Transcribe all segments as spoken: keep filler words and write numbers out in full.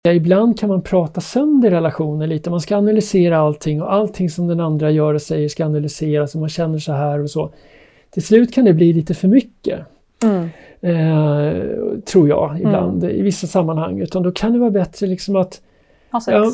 Ja, ibland kan man prata sönder relationer lite. Man ska analysera allting och allting som den andra gör och säger ska analyseras och man känner så här och så. Till slut kan det bli lite för mycket. Mm. Eh, tror jag ibland mm. i vissa sammanhang. Utan då kan det vara bättre liksom att... Ha sex. Ja,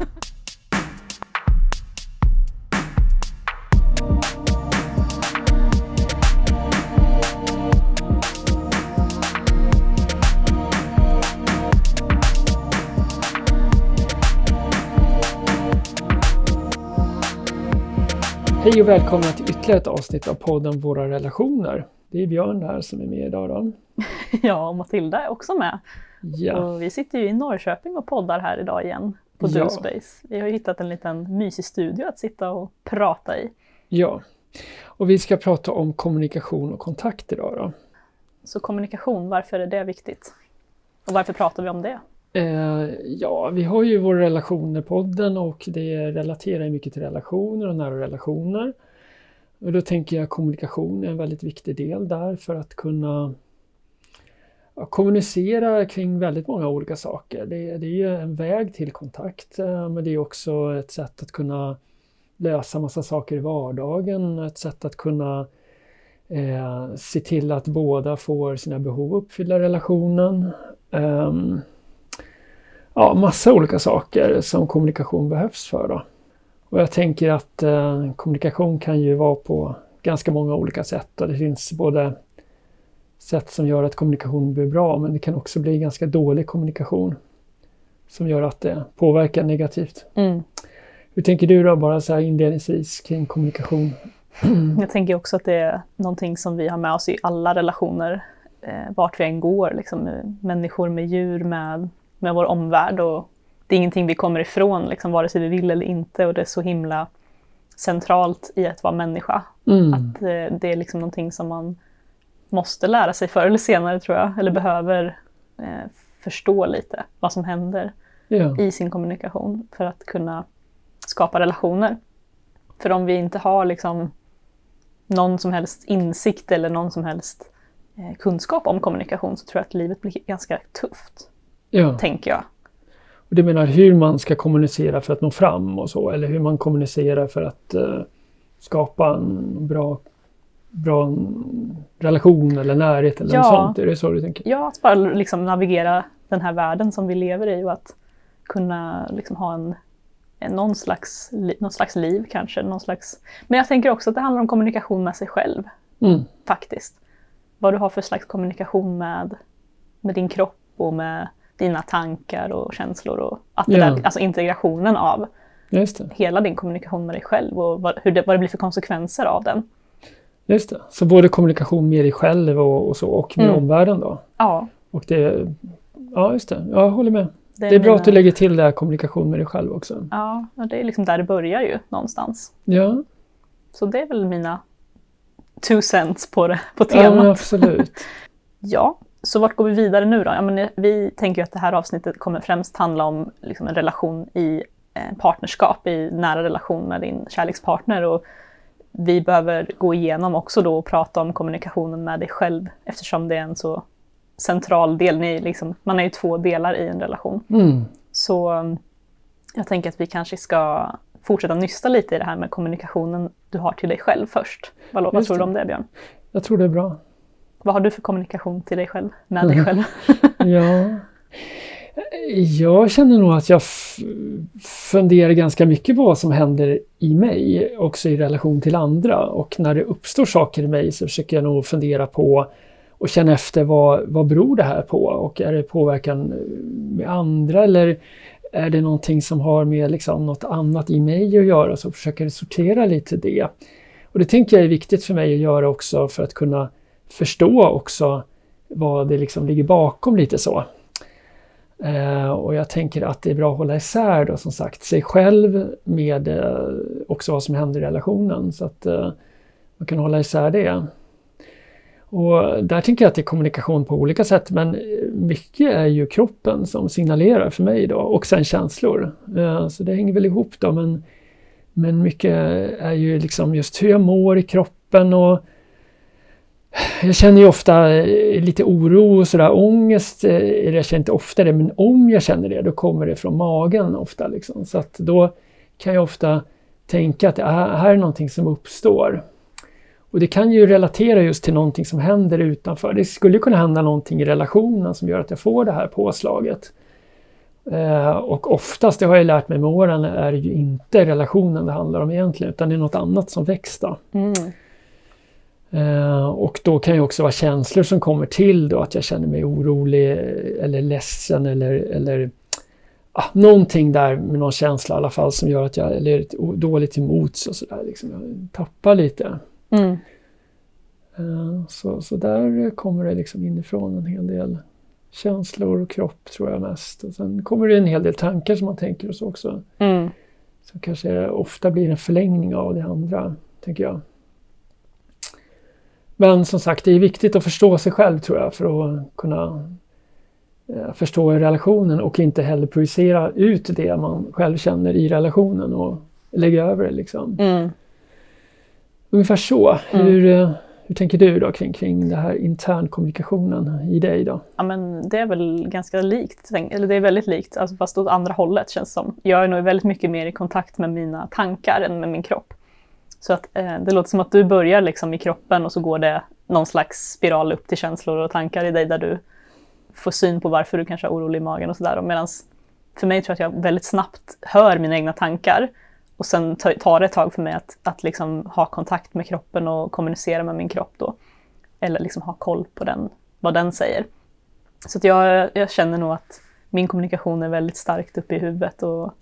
hej och välkomna till ytterligare ett avsnitt av podden Våra relationer. Det är Björn här som är med idag då. Ja, och Matilda är också med. Ja. Och vi sitter ju i Norrköping och poddar här idag igen på ja. DoSpace. Vi har ju hittat en liten mysig studio att sitta och prata i. Ja, och vi ska prata om kommunikation och kontakt idag då. Så kommunikation, varför är det viktigt? Och varför pratar vi om det? Eh, ja, vi har ju vår relationer-podden och det relaterar mycket till relationer och nära relationer. Och då tänker jag att kommunikation är en väldigt viktig del där för att kunna ja, kommunicera kring väldigt många olika saker. Det, det är ju en väg till kontakt, eh, men det är också ett sätt att kunna lösa massa saker i vardagen, ett sätt att kunna eh, se till att båda får sina behov uppfyllda i relationen. Um, Ja, massa olika saker som kommunikation behövs för då. Och jag tänker att eh, kommunikation kan ju vara på ganska många olika sätt. Och det finns både sätt som gör att kommunikation blir bra, men det kan också bli ganska dålig kommunikation som gör att det påverkar negativt. Mm. Hur tänker du då, bara så här inledningsvis kring kommunikation? Jag tänker också att det är någonting som vi har med oss i alla relationer, eh, vart vi än går, liksom, människor med djur, med med vår omvärld, och det är ingenting vi kommer ifrån liksom, vare sig vi vill eller inte, och det är så himla centralt i att vara människa. Mm. Att eh, det är liksom någonting som man måste lära sig förr eller senare, tror jag, eller behöver eh, förstå lite vad som händer ja. i sin kommunikation för att kunna skapa relationer. För om vi inte har liksom någon som helst insikt eller någon som helst eh, kunskap om kommunikation, så tror jag att livet blir ganska tufft. Ja. Tänker jag. Och det menar hur man ska kommunicera för att nå fram och så. Eller hur man kommunicerar för att uh, skapa en bra, bra relation eller närhet eller ja. något sånt. Är det så du tänker? Ja, att bara liksom navigera den här världen som vi lever i och att kunna liksom ha en, en någon, slags, någon slags liv kanske. Någon slags... Men jag tänker också att det handlar om kommunikation med sig själv. Mm. Faktiskt. Vad du har för slags kommunikation med, med din kropp och med dina tankar och känslor, och att det ja. där, alltså integrationen av Just det. hela din kommunikation med dig själv och vad, hur det, vad det blir för konsekvenser av den. Just det. Så både kommunikation med dig själv och, och så, och med mm. omvärlden då. Ja. Och det, ja just det, jag håller med. Det är, det är mina... bra att du lägger till det här kommunikation med dig själv också. Ja, och det är liksom där det börjar ju någonstans. Ja. Så det är väl mina two cents på, det, på temat. Ja, absolut. Ja. Så vart går vi vidare nu då? Ja, men vi tänker ju att det här avsnittet kommer främst handla om liksom en relation i eh, partnerskap, i nära relation med din kärlekspartner. Och vi behöver gå igenom också då och prata om kommunikationen med dig själv, eftersom det är en så central del. Ni liksom, man är ju två delar i en relation. Mm. Så jag tänker att vi kanske ska fortsätta nysta lite i det här med kommunikationen du har till dig själv först. Vad, vad tror du om det, Björn? Jag tror det är bra. Vad har du för kommunikation till dig själv, med dig själv? Ja, jag känner nog att jag f- funderar ganska mycket på vad som händer i mig, också i relation till andra. Och när det uppstår saker i mig så försöker jag nog fundera på och känna efter vad, vad beror det här på? Och är det påverkan med andra, eller är det någonting som har med liksom något annat i mig att göra? Så försöker jag sortera lite det. Och det tänker jag är viktigt för mig att göra också för att kunna förstå också vad det liksom ligger bakom lite så. Eh, och jag tänker att det är bra att hålla isär då, som sagt, sig själv med eh, också vad som händer i relationen, så att eh, man kan hålla isär det. Och där tänker jag att det är kommunikation på olika sätt, men mycket är ju kroppen som signalerar för mig då, och sen känslor. Eh, så det hänger väl ihop då, men, men mycket är ju liksom just hur jag mår i kroppen, och Jag känner ju ofta lite oro och sådär, ångest, eller jag känner inte ofta det, men om jag känner det, då kommer det från magen ofta liksom. Så att då kan jag ofta tänka att det här är någonting som uppstår. Och det kan ju relatera just till någonting som händer utanför. Det skulle kunna hända någonting i relationen som gör att jag får det här påslaget. Eh, och oftast, det har jag lärt mig med åren, är det ju inte relationen det handlar om egentligen, utan det är något annat som växer. Mm. Uh, och då kan ju också vara känslor som kommer till då, att jag känner mig orolig eller ledsen eller, eller ah, någonting där med någon känsla i alla fall som gör att jag är dåligt emots och sådär liksom, jag tappar lite. Mm. Uh, så, så där kommer det liksom inifrån en hel del känslor och kropp tror jag mest. Och sen kommer det en hel del tankar som man tänker och så också. Mm. Så kanske ofta blir en förlängning av det andra, tänker jag. Men som sagt, det är viktigt att förstå sig själv tror jag för att kunna eh, förstå relationen och inte heller projicera ut det man själv känner i relationen och lägga över det liksom. Mm. Ungefär så. Mm. Hur, eh, hur tänker du då kring, kring det här internkommunikationen i dig då? Ja, men det är väl ganska likt, eller det är väldigt likt, alltså fast åt andra hållet känns som. Jag är nog väldigt mycket mer i kontakt med mina tankar än med min kropp. Så att eh, det låter som att du börjar liksom i kroppen och så går det någon slags spiral upp till känslor och tankar i dig där du får syn på varför du kanske är orolig i magen och sådär. Medan för mig tror jag att jag väldigt snabbt hör mina egna tankar och sen tar det ett tag för mig att, att liksom ha kontakt med kroppen och kommunicera med min kropp då. Eller liksom ha koll på den, vad den säger. Så att jag, jag känner nog att min kommunikation är väldigt starkt uppe i huvudet och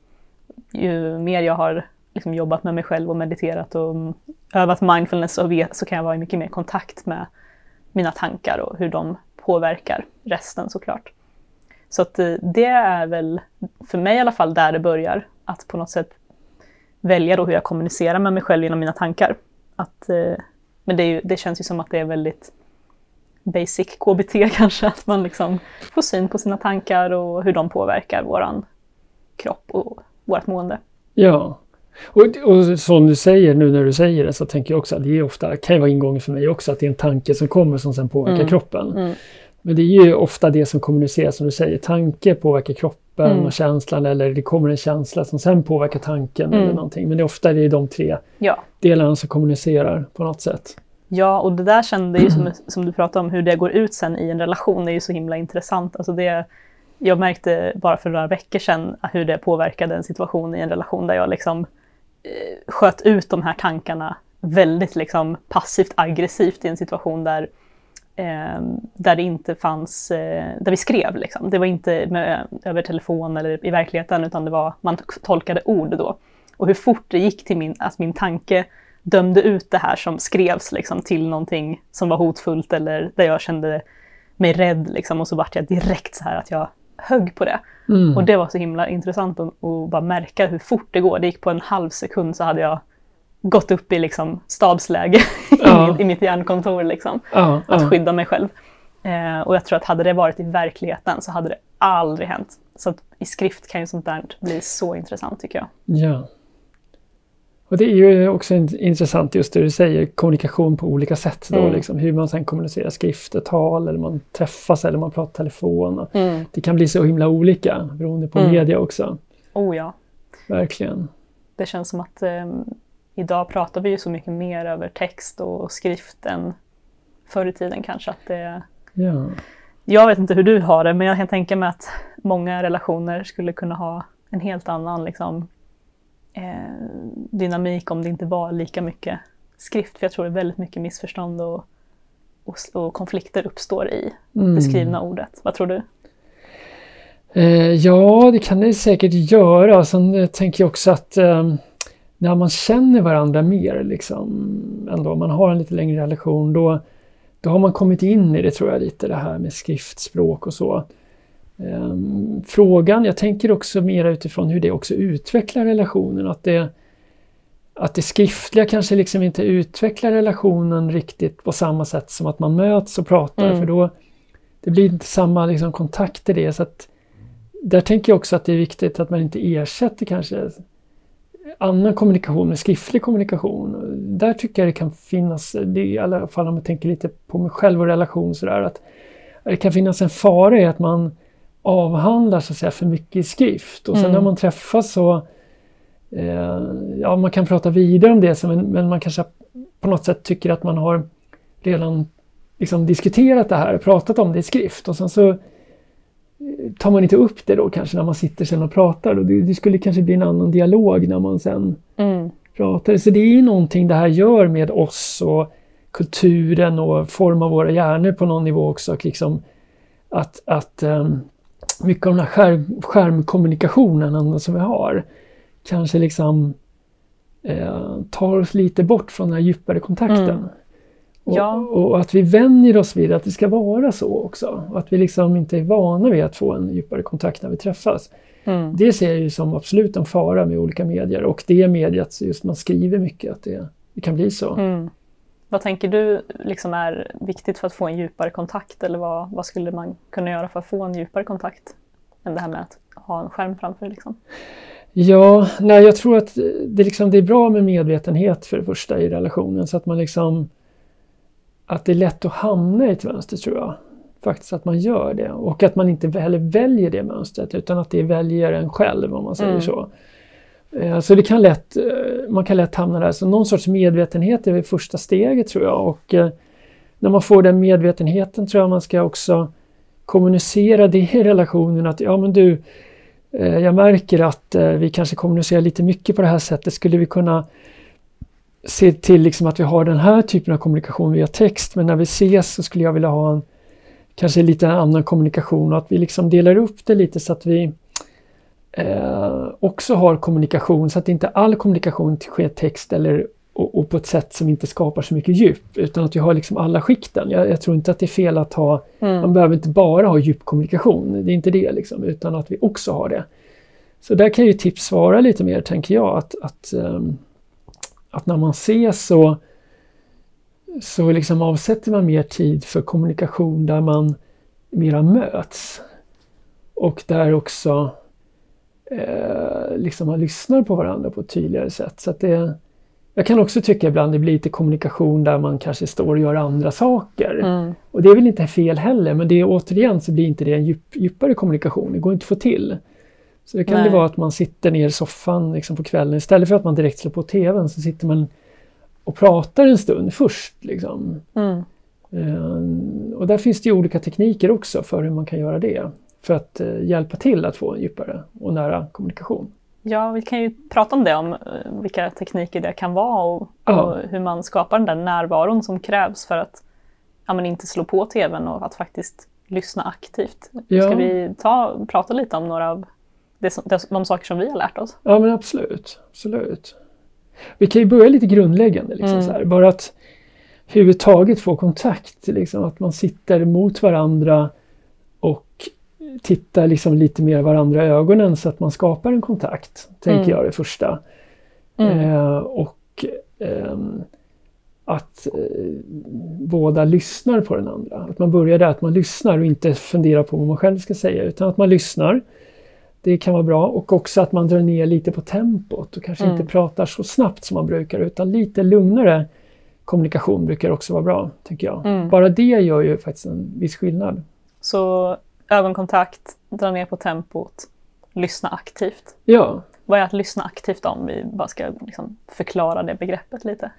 ju mer jag har liksom jobbat med mig själv och mediterat och övat mindfulness och vet, så kan jag vara i mycket mer kontakt med mina tankar och hur de påverkar resten såklart. Så att det är väl för mig i alla fall där det börjar, att på något sätt välja då hur jag kommunicerar med mig själv genom mina tankar. Att, men det, är ju, det känns ju som att det är väldigt basic K B T kanske, att man liksom får syn på sina tankar och hur de påverkar våran kropp och vårt mående. Ja. Och, och som du säger nu när du säger det, så tänker jag också att det är ofta, kan ju vara ingången för mig också, att det är en tanke som kommer som sen påverkar mm. kroppen. Mm. Men det är ju ofta det som kommuniceras, som du säger, tanke påverkar kroppen mm. och känslan, eller det kommer en känsla som sen påverkar tanken mm. eller någonting. Men det är ofta det är de tre ja. delarna som kommunicerar på något sätt. Ja, och det där kände ju som, som du pratade om, hur det går ut sen i en relation är ju så himla intressant. Alltså det, jag märkte bara för några veckor sedan hur det påverkade en situation i en relation där jag liksom sköt ut de här tankarna väldigt liksom passivt aggressivt i en situation där, eh, där det inte fanns, eh, där vi skrev liksom. Det var inte med, över telefon eller i verkligheten, utan det var, man tolkade ord då. Och hur fort det gick till min, att min tanke dömde ut det här som skrevs liksom, till någonting som var hotfullt eller där jag kände mig rädd liksom, och så vart jag direkt så här att jag högg på det. Mm. Och det var så himla intressant att, att bara märka hur fort det går. Det gick på en halv sekund så hade jag gått upp i liksom stabsläge ja. i, mitt, i mitt hjärnkontor liksom, ja, att ja. skydda mig själv. Eh, och jag tror att hade det varit i verkligheten så hade det aldrig hänt. Så att i skrift kan ju sånt där bli så intressant tycker jag. Ja. Och det är ju också intressant just det du säger, kommunikation på olika sätt då, mm. liksom, hur man sen kommunicerar skrift, tal, eller man träffas eller man pratar telefon. Mm. Det kan bli så himla olika beroende på mm. media också. Oh ja. Verkligen. Det känns som att eh, idag pratar vi ju så mycket mer över text och skrift än förr i tiden kanske. Att det, ja. Jag vet inte hur du har det, men jag kan tänka mig att många relationer skulle kunna ha en helt annan liksom, Eh, dynamik om det inte var lika mycket skrift, för jag tror det är väldigt mycket missförstånd och, och, och konflikter uppstår i mm. det skrivna ordet. Vad tror du? Eh, ja, det kan det säkert göra. Sen eh, tänker jag också att eh, när man känner varandra mer liksom, ändå, man har en lite längre relation, då, då har man kommit in i det tror jag lite, det här med skriftspråk och så. Um, frågan, jag tänker också mer utifrån hur det också utvecklar relationen, att det, att det skriftliga kanske liksom inte utvecklar relationen riktigt på samma sätt som att man möts och pratar, mm. för då det blir inte samma liksom kontakt i det, så att där tänker jag också att det är viktigt att man inte ersätter kanske annan kommunikation, med skriftlig kommunikation. Där tycker jag det kan finnas, det är i alla fall om jag tänker lite på mig själv och relation sådär, att det kan finnas en fara i att man avhandlar så att säga för mycket i skrift. Och sen mm. när man träffas så, eh, ja man kan prata vidare om det, så, men, men man kanske på något sätt tycker att man har redan liksom diskuterat det här, pratat om det i skrift. Och sen så tar man inte upp det då kanske när man sitter sen och pratar. Och det, det skulle kanske bli en annan dialog när man sen mm. pratar. Så det är ju någonting det här gör med oss och kulturen och formar våra hjärnor på någon nivå också. Liksom att, att um, mycket av den här skärm, skärmkommunikationen som vi har kanske liksom eh, tar oss lite bort från den här djupare kontakten. Mm. Och, ja. och att vi vänjer oss vid att det ska vara så också. Och att vi liksom inte är vana vid att få en djupare kontakt när vi träffas. Mm. Det ser jag ju som absolut en fara med olika medier. Och det mediet, just man skriver mycket, att det, det kan bli så. Mm. Vad tänker du liksom är viktigt för att få en djupare kontakt? Eller vad, vad skulle man kunna göra för att få en djupare kontakt? Än det här med att ha en skärm framför liksom? Ja, nej, jag tror att det, liksom, det är bra med medvetenhet för det första i relationen. Så att man liksom... Att det är lätt att hamna i ett mönster, tror jag. Faktiskt att man gör det. Och att man inte heller väljer det mönstret, utan att det väljer en själv, om man säger mm. så. Så det kan lätt, man kan lätt hamna där. Så någon sorts medvetenhet är det första steget, tror jag. Och när man får den medvetenheten tror jag man ska också kommunicera det i relationen. Att ja men du, jag märker att vi kanske kommunicerar lite mycket på det här sättet. Skulle vi kunna se till liksom att vi har den här typen av kommunikation via text, men när vi ses så skulle jag vilja ha en kanske lite annan kommunikation, och att vi liksom delar upp det lite så att vi eh, också har kommunikation, så att inte all kommunikation sker text eller och, och på ett sätt som inte skapar så mycket djup, utan att vi har liksom alla skikten. Jag, jag tror inte att det är fel att ha, mm. man behöver inte bara ha djup kommunikation, det är inte det liksom, utan att vi också har det. Så där kan ju tips vara lite mer, tänker jag, att, att um, Att när man ses så, så liksom avsätter man mer tid för kommunikation där man mera möts. Och där också eh, liksom man lyssnar på varandra på ett tydligare sätt. Så att det, jag kan också tycka ibland det blir lite kommunikation där man kanske står och gör andra saker. Mm. Och det är väl inte fel heller, men det är, återigen så blir inte det en djup, djupare kommunikation. Det går inte att få till. Så det kan Nej. det vara att man sitter ner i soffan liksom på kvällen. Istället för att man direkt slår på tvn så sitter man och pratar en stund först. Liksom. Mm. Uh, och där finns det ju olika tekniker också för hur man kan göra det. För att uh, hjälpa till att få en djupare och nära kommunikation. Ja, vi kan ju prata om det, om uh, vilka tekniker det kan vara och, ja. och hur man skapar den där närvaron som krävs för att ja, men inte slå på tvn och att faktiskt lyssna aktivt. Ja. Ska vi ta, prata lite om några av Det som, de saker som vi har lärt oss? Ja, men absolut. absolut. Vi kan ju börja lite grundläggande. Liksom, mm. så här. Bara att överhuvudtaget få kontakt. Liksom, att man sitter mot varandra och tittar liksom lite mer varandra i ögonen så att man skapar en kontakt. Tänker mm. jag det första. Mm. Eh, och eh, att eh, båda lyssnar på den andra. Att man börjar där, att man lyssnar och inte funderar på vad man själv ska säga. Utan att man lyssnar. Det kan vara bra, och också att man drar ner lite på tempot och kanske mm. inte pratar så snabbt som man brukar, utan lite lugnare kommunikation brukar också vara bra, tycker jag. Mm. Bara det gör ju faktiskt en viss skillnad. Så ögonkontakt, dra ner på tempot, lyssna aktivt. Ja. Vad är att lyssna aktivt om vi bara ska liksom förklara det begreppet lite?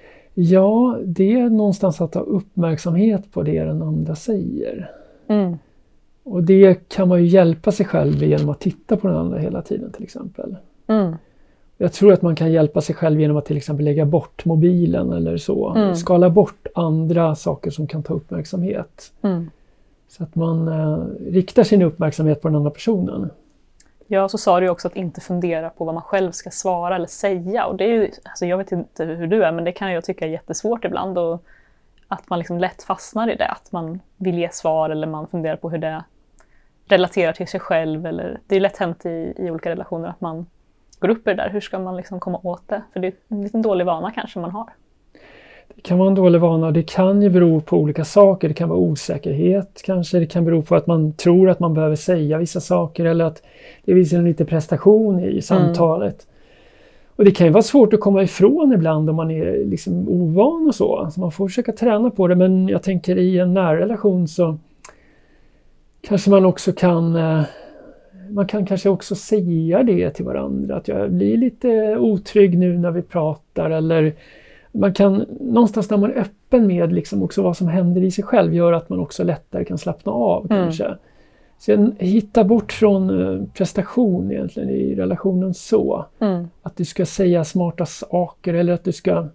Ja, det är någonstans att ha uppmärksamhet på det den andra säger. Mm. Och det kan man ju hjälpa sig själv genom att titta på den andra hela tiden till exempel. Mm. Jag tror att man kan hjälpa sig själv genom att till exempel lägga bort mobilen eller så. Mm. Skala bort andra saker som kan ta uppmärksamhet. Mm. Så att man eh, riktar sin uppmärksamhet på den andra personen. Ja, så sa du också att inte fundera på vad man själv ska svara eller säga. Och det är ju, alltså jag vet inte hur du är, men det kan jag tycka är jättesvårt ibland. Och att man liksom lätt fastnar i det. Att man vill ge svar eller man funderar på hur det relaterar till sig själv. Eller, det är lätt hänt i, i olika relationer att man går upp i det där. Hur ska man liksom komma åt det? För det är en liten dålig vana kanske man har. Det kan vara en dålig vana och det kan ju bero på olika saker. Det kan vara osäkerhet kanske. Det kan bero på att man tror att man behöver säga vissa saker eller att det visar en lite prestation i samtalet. Mm. Och det kan ju vara svårt att komma ifrån ibland om man är liksom ovan och så. Så man får försöka träna på det. Men jag tänker i en nära relation så kanske man också kan... Man kan kanske också säga det till varandra. Att jag blir lite otrygg nu när vi pratar. Eller man kan någonstans när man är öppen med liksom också vad som händer i sig själv. Gör att man också lättare kan slappna av mm. kanske. Sen hitta bort från prestation egentligen i relationen så. Mm. Att du ska säga smarta saker eller att du ska...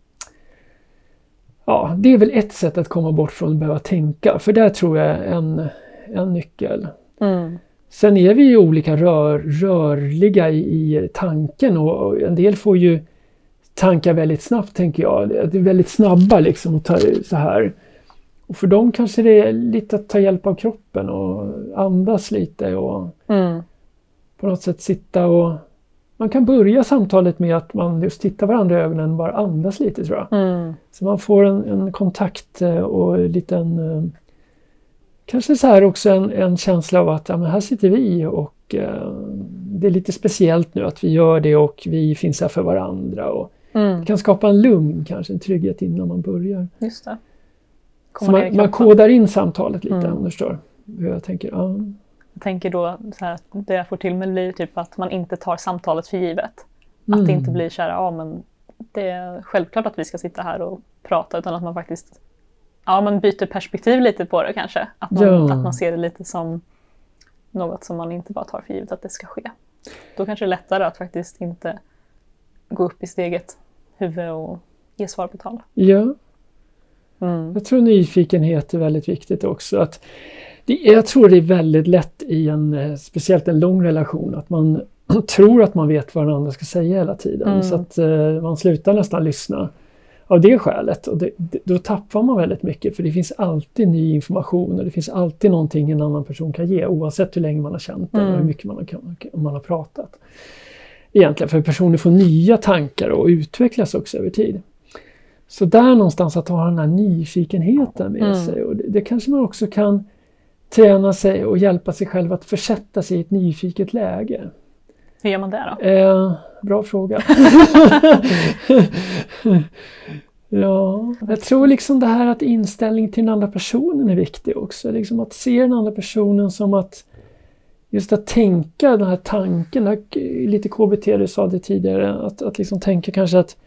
Ja, det är väl ett sätt att komma bort från att behöva tänka. För där tror jag är en, en nyckel. Mm. Sen är vi ju olika rör, rörliga i, i tanken och, och en del får ju tankar väldigt snabbt tänker jag. Det är väldigt snabba liksom att ta så här. Och för dem kanske det är lite att ta hjälp av kroppen och andas lite och mm. på något sätt sitta och... Man kan börja samtalet med att man just tittar varandra i ögonen och bara andas lite tror jag. Mm. Så man får en, en kontakt och en liten... Kanske så här också en, en känsla av att ja, men här sitter vi och eh, det är lite speciellt nu att vi gör det och vi finns här för varandra. Och mm. det kan skapa en lugn, kanske en trygghet innan man börjar. Just det. Så man, man kodar in samtalet lite, mm. om du förstår. Jag tänker, ja. Jag tänker då så här, att det jag får till mig blir typ att man inte tar samtalet för givet. Mm. Att det inte blir så här, ja men det är självklart att vi ska sitta här och prata utan att man faktiskt ja, man byter perspektiv lite på det kanske. Att man, ja. att man ser det lite som något som man inte bara tar för givet att det ska ske. Då kanske det är lättare att faktiskt inte gå upp i steget huvud och ge svar på tal. Ja. Mm. Jag tror nyfikenhet är väldigt viktigt också. Att det, jag tror det är väldigt lätt i en, speciellt en lång relation, att man tror att man vet vad den andra ska säga hela tiden. Mm. Så att uh, man slutar nästan lyssna av det skälet. Och det, då tappar man väldigt mycket, för det finns alltid ny information och det finns alltid någonting en annan person kan ge, oavsett hur länge man har känt den mm. och hur mycket man har, man har pratat. Egentligen, för personer får nya tankar och utvecklas också över tid. Så där någonstans att ha den här nyfikenheten med mm. sig. Och det, det kanske man också kan träna sig och hjälpa sig själv att försätta sig i ett nyfiket läge. Hur gör man det då? Eh, bra fråga. Ja, jag tror liksom det här att inställning till den andra personen är viktig också. Liksom att se den andra personen som att just att tänka den här tanken, lite K B T du sa det tidigare, att, att liksom tänka kanske att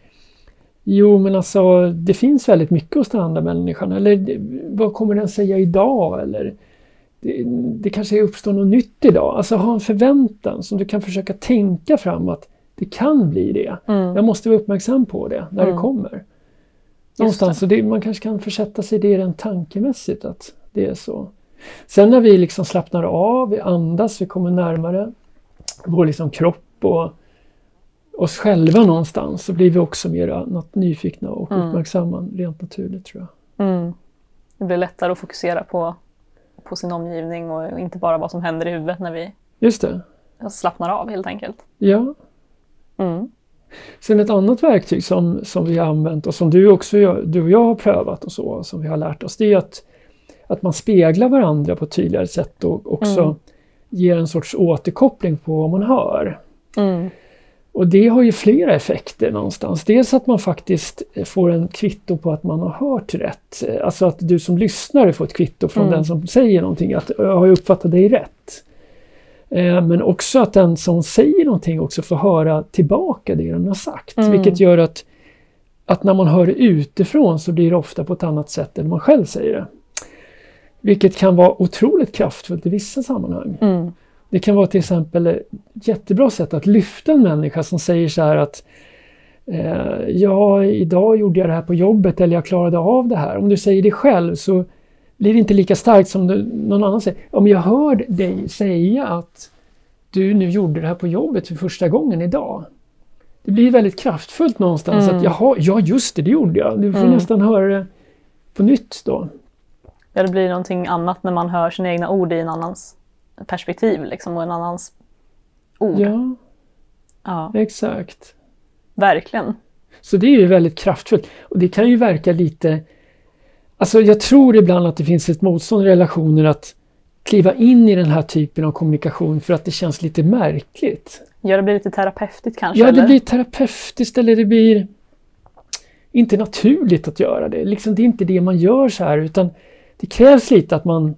jo men alltså det finns väldigt mycket hos den andra människan, eller vad kommer den säga idag, eller det, det kanske uppstår något nytt idag. Alltså ha en förväntan som du kan försöka tänka fram att det kan bli det. Mm. Jag måste vara uppmärksam på det när mm. det kommer. Någonstans, så det, man kanske kan försätta sig i det rent tankemässigt att det är så. Sen när vi liksom slappnar av, vi andas, vi kommer närmare vår liksom kropp och oss själva någonstans, så blir vi också mer något nyfikna och mm. uppmärksamma rent naturligt tror jag. Mm. Det blir lättare att fokusera på, på sin omgivning och inte bara vad som händer i huvudet när vi Just det. slappnar av helt enkelt. Ja. Mm. Sen ett annat verktyg som, som vi har använt och som du, också, du och jag har prövat och så, som vi har lärt oss, det är att, att man speglar varandra på ett tydligare sätt och också mm. ger en sorts återkoppling på vad man hör. Mm. Och det har ju flera effekter någonstans. Dels att man faktiskt får en kvitto på att man har hört rätt. Alltså att du som lyssnare får ett kvitto från mm. den som säger någonting, att jag har uppfattat dig rätt. Men också att den som säger någonting också får höra tillbaka det den har sagt. Mm. Vilket gör att, att när man hör det utifrån så blir det ofta på ett annat sätt än man själv säger det. Vilket kan vara otroligt kraftfullt i vissa sammanhang. Mm. Det kan vara till exempel ett jättebra sätt att lyfta en människa som säger så här att eh, ja, idag gjorde jag det här på jobbet, eller jag klarade av det här. Om du säger det själv så blir det inte lika starkt som du, någon annan säger. Om jag hör dig säga att du nu gjorde det här på jobbet för första gången idag. Det blir väldigt kraftfullt någonstans mm. att jaha, ja just det, det gjorde jag. Du får mm. nästan höra det på nytt då. Ja, det blir någonting annat när man hör sina egna ord i en annans perspektiv liksom, och en annans ord. Ja, ja, exakt. Verkligen. Så det är ju väldigt kraftfullt. Och det kan ju verka lite... Alltså jag tror ibland att det finns ett motstånd i relationer att kliva in i den här typen av kommunikation för att det känns lite märkligt. Ja, det blir lite terapeutiskt kanske? Ja, eller? det blir terapeutiskt eller det blir inte naturligt att göra det. Liksom, det är inte det man gör så här, utan det krävs lite att man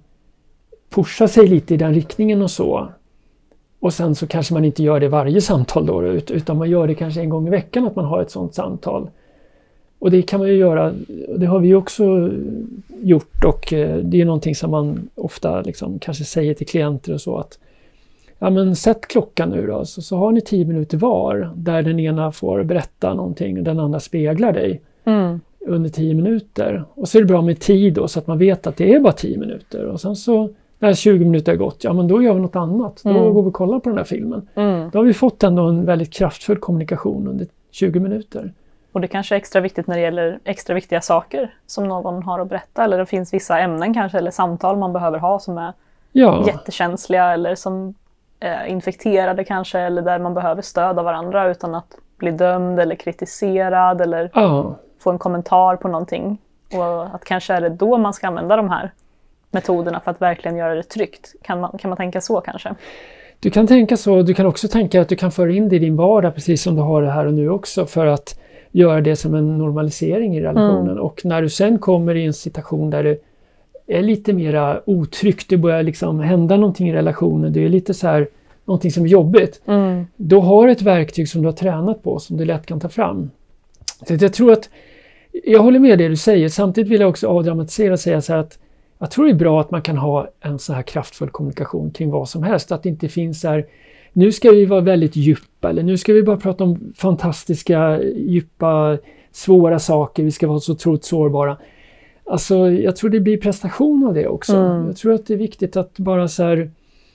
pushar sig lite i den riktningen och så. Och sen så kanske man inte gör det varje samtal då, utan man gör det kanske en gång i veckan att man har ett sådant samtal. Och det kan man ju göra, det har vi också gjort, och det är någonting som man ofta liksom kanske säger till klienter och så, att ja, men sätt klockan nu då, så, så har ni tio minuter var där den ena får berätta någonting och den andra speglar dig mm. under tio minuter. Och så är det bra med tid då, så att man vet att det är bara tio minuter. Och sen så när tjugo minuter har gått, ja men då gör vi något annat. Då mm. går vi och kollar på den här filmen. Mm. Då har vi fått ändå en väldigt kraftfull kommunikation under tjugo minuter. Och det kanske är extra viktigt när det gäller extra viktiga saker som någon har att berätta. Eller det finns vissa ämnen kanske, eller samtal man behöver ha som är ja. jättekänsliga eller som är infekterade kanske. Eller där man behöver stöd av varandra utan att bli dömd eller kritiserad eller ja. få en kommentar på någonting. Och att kanske är det då man ska använda de här metoderna för att verkligen göra det tryggt. Kan man, kan man tänka så kanske? Du kan tänka så. Du kan också tänka att du kan föra in det i din vardag precis som du har det här och nu också, för att göra det som en normalisering i relationen. Mm. Och när du sen kommer i en situation där det är lite mera otryggt, det börjar liksom hända någonting i relationen, det är lite så här någonting som är jobbigt. Mm. Då har du ett verktyg som du har tränat på som du lätt kan ta fram. Så jag tror att, jag håller med det du säger, samtidigt vill jag också avdramatisera och säga så här att jag tror det är bra att man kan ha en så här kraftfull kommunikation kring vad som helst. Att det inte finns så här, nu ska vi vara väldigt djupa, eller nu ska vi bara prata om fantastiska, djupa, svåra saker. Vi ska vara så otroligt sårbara. Alltså, jag tror det blir prestation av det också. Mm. Jag tror att det är viktigt att bara så här,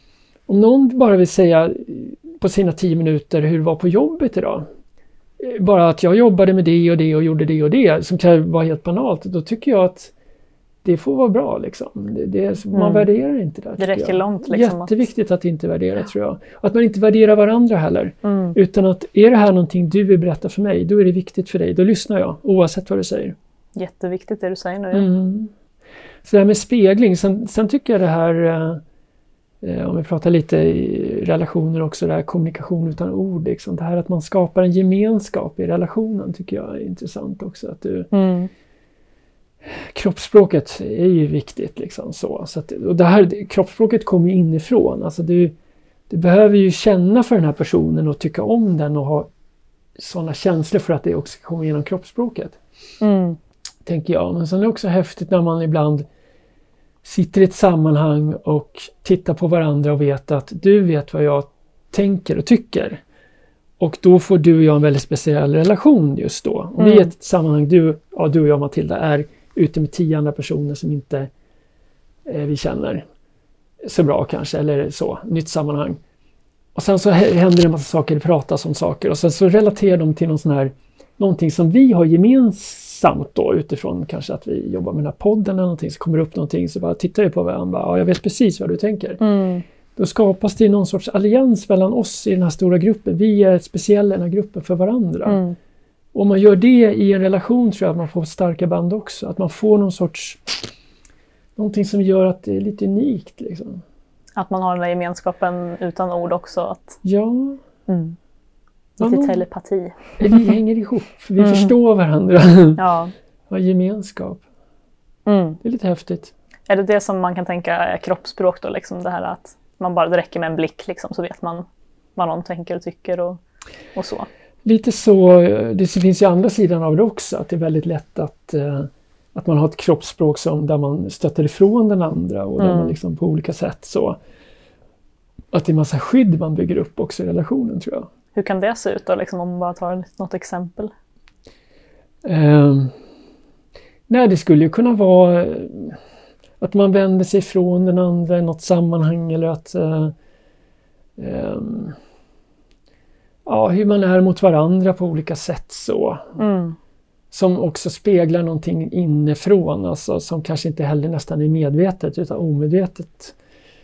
om någon bara vill säga på sina tio minuter hur det var på jobbet idag. Bara att jag jobbade med det och det och gjorde det och det, som kan vara helt banalt. Då tycker jag att det får vara bra liksom. Det, det, man mm. värderar inte det. Det räcker jag. långt. Liksom Jätteviktigt att... att inte värdera, tror jag. Att man inte värderar varandra heller. Mm. Utan att är det här någonting du vill berätta för mig, då är det viktigt för dig. Då lyssnar jag, oavsett vad du säger. Jätteviktigt det du säger nu. Ja. Mm. Så det här med spegling. Sen, sen tycker jag det här, eh, om vi pratar lite i relationer också, det här kommunikation utan ord. Liksom. Det här att man skapar en gemenskap i relationen tycker jag är intressant också. Att du... Mm. Kroppsspråket är ju viktigt liksom så. Så att, och det här, kroppsspråket kommer ju inifrån. Alltså du, du behöver ju känna för den här personen och tycka om den och ha sådana känslor för att det också kommer genom kroppsspråket. Mm. Tänker jag. Men sen är det också häftigt när man ibland sitter i ett sammanhang och tittar på varandra och vet att du vet vad jag tänker och tycker. Och då får du och jag en väldigt speciell relation just då. Om mm. vi är i ett sammanhang, du, ja, du och jag Matilda är ute med tio andra personer som inte eh, vi känner så bra kanske, eller så, nytt sammanhang. Och sen så händer det en massa saker, det pratas om saker och sen så relaterar de till någon sån här, någonting som vi har gemensamt då, utifrån kanske att vi jobbar med den här podden eller någonting, så kommer det upp någonting, så bara tittar jag på varandra, ja, jag vet precis vad du tänker. Mm. Då skapas det någon sorts allians mellan oss i den här stora gruppen. Vi är speciella i den här gruppen för varandra. Mm. Om man gör det i en relation tror jag att man får starka band också. Att man får någon sorts, någonting som gör att det är lite unikt. Liksom. Att man har den där gemenskapen utan ord också. Att... Ja. Mm. Lite ja, telepati. Vi hänger ihop, vi mm. förstår varandra. Ja. Ja, gemenskap. Mm. Det är lite häftigt. Är det det som man kan tänka är kroppsspråk då? Liksom det här att man bara, det räcker med en blick liksom, så vet man vad någon tänker och tycker och, och så. Lite så, det finns ju andra sidan av det också, att det är väldigt lätt att, att man har ett kroppsspråk som, där man stöter ifrån den andra och där mm. man liksom på olika sätt så, att det är massa skydd man bygger upp också i relationen tror jag. Hur kan det se ut då, liksom, om man bara tar något exempel? Um, nej, det skulle ju kunna vara att man vänder sig ifrån den andra i något sammanhang, eller att uh, um, ja, hur man är mot varandra på olika sätt så. Mm. Som också speglar någonting inifrån, alltså, som kanske inte heller nästan är medvetet utan omedvetet.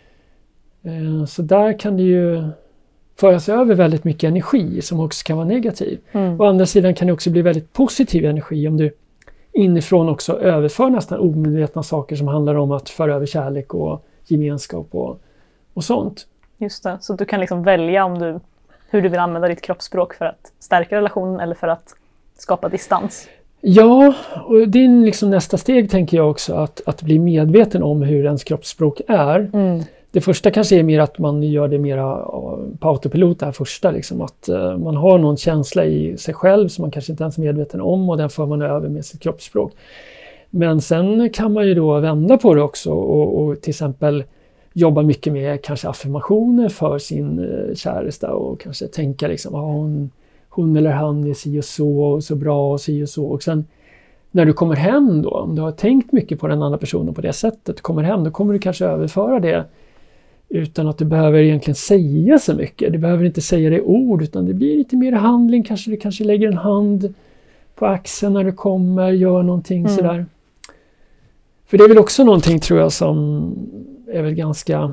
Uh, så där kan det ju föras över väldigt mycket energi som också kan vara negativ. Mm. Å andra sidan kan det också bli väldigt positiv energi om du inifrån också överför nästan omedvetna saker som handlar om att föra över kärlek och gemenskap och, och sånt. Just det, så du kan liksom välja om du hur du vill använda ditt kroppsspråk för att stärka relationen eller för att skapa distans? Ja, och det är liksom nästa steg tänker jag också, att, att bli medveten om hur ens kroppsspråk är. Mm. Det första kanske är mer att man gör det mera på autopilot, det här första. Liksom, att uh, man har någon känsla i sig själv som man kanske inte ens är medveten om, och den för man över med sitt kroppsspråk. Men sen kan man ju då vända på det också och, och till exempel jobba mycket med kanske affirmationer för sin uh, käresta och kanske tänka liksom, ah, hon, hon eller han är si och så och så bra och si och så. Och sen när du kommer hem då, om du har tänkt mycket på den andra personen på det sättet, du kommer hem, då kommer du kanske överföra det utan att du behöver egentligen säga så mycket. Du behöver inte säga det i ord, utan det blir lite mer handling. Kanske du kanske lägger en hand på axeln när du kommer, gör någonting mm. sådär. För det är väl också någonting tror jag som är väl ganska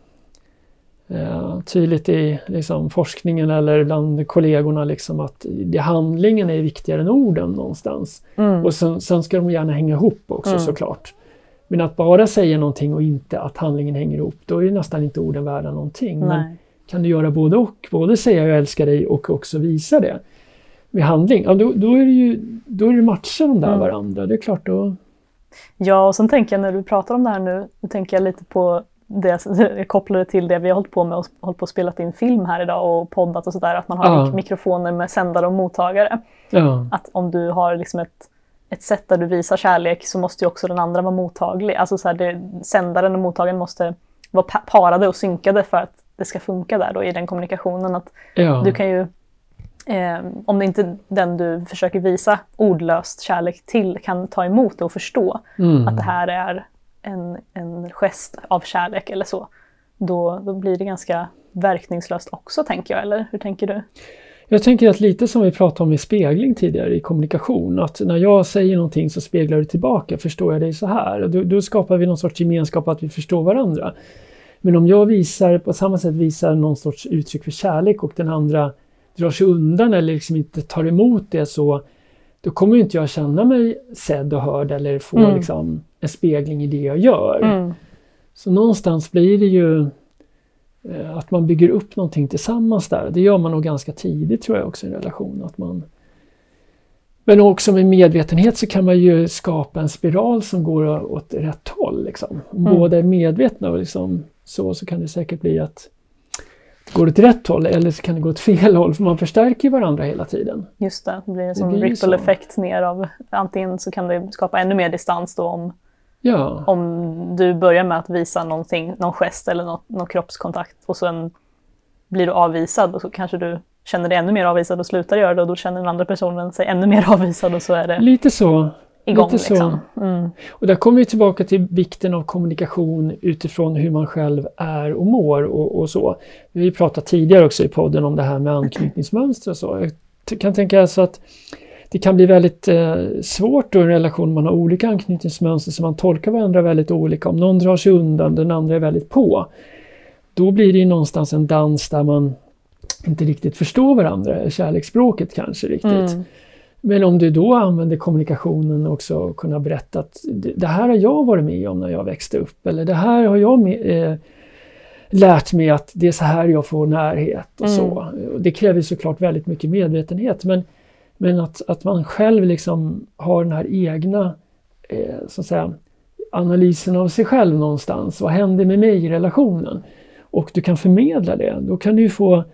eh, tydligt i liksom, forskningen eller bland kollegorna liksom, att det, handlingen är viktigare än orden någonstans. Mm. Och sen, sen ska de gärna hänga ihop också mm. såklart. Men att bara säga någonting och inte att handlingen hänger ihop, då är nästan inte orden värda någonting. Nej. Men kan du göra både och, både säga jag älskar dig och också visa det med handling, ja, då, då är det ju då är det matchar de där mm. varandra, det är klart då. Ja, och sen tänker jag när du pratar om det här nu, då tänker jag lite på det, jag kopplar det till det vi har hållit på med och hållit på och spelat in film här idag och poddat och sådär, att man har ja. mikrofoner med sändare och mottagare. Ja. Att om du har liksom ett ett sätt där du visar kärlek så måste ju också den andra vara mottaglig. Alltså så här, det, sändaren och mottagaren måste vara parade och synkade för att det ska funka där då i den kommunikationen. Att ja. Du kan ju, eh, om det inte den du försöker visa ordlöst kärlek till kan ta emot det och förstå mm. att det här är en, en gest av kärlek eller så, då, då blir det ganska verkningslöst också, tänker jag. Eller hur tänker du? Jag tänker att lite som vi pratade om i spegling tidigare i kommunikation, att när jag säger någonting så speglar du tillbaka, förstår jag dig så här. Då, då skapar vi någon sorts gemenskap att vi förstår varandra. Men om jag visar, på samma sätt visar någon sorts uttryck för kärlek och den andra drar sig undan eller liksom inte tar emot det, så då kommer ju inte jag känna mig sedd och hörd eller få mm. liksom en spegling i det jag gör. Mm. Så någonstans blir det ju att man bygger upp någonting tillsammans där. Det gör man nog ganska tidigt tror jag också i en relation. Att man... Men också med medvetenhet så kan man ju skapa en spiral som går åt rätt håll. Liksom. Om mm. båda är medvetna och liksom, så, så kan det säkert bli att det går åt rätt håll eller så kan det gå åt fel håll, för man förstärker varandra hela tiden. Just det, det blir en sån ripple-effekt ner av, antingen så kan det skapa ännu mer distans då om Ja. Om du börjar med att visa någonting, någon gest eller något, någon kroppskontakt och sen blir du avvisad och så kanske du känner dig ännu mer avvisad och slutar göra det, och då känner den andra personen sig ännu mer avvisad och så är det lite så. Igång, lite liksom. så. Mm. Och där kommer vi tillbaka till vikten av kommunikation utifrån hur man själv är och mår och, och så. Vi har ju pratat tidigare också i podden om det här med anknytningsmönster och så. Jag kan tänka alltså att det kan bli väldigt eh, svårt då i en relation, man har olika anknytningsmönster så man tolkar varandra väldigt olika. Om någon drar sig undan, den andra är väldigt på. Då blir det ju någonstans en dans där man inte riktigt förstår varandra, kärleksspråket kanske riktigt. Mm. Men om du då använder kommunikationen också och kunna berätta att det här har jag varit med om när jag växte upp, eller det här har jag med, eh, lärt mig att det är så här jag får närhet och mm. så. Det kräver såklart väldigt mycket medvetenhet, men Men att, att man själv liksom har den här egna eh, så att säga, analysen av sig själv någonstans. Vad händer med mig i relationen? Och du kan förmedla det. Då kan du ju få...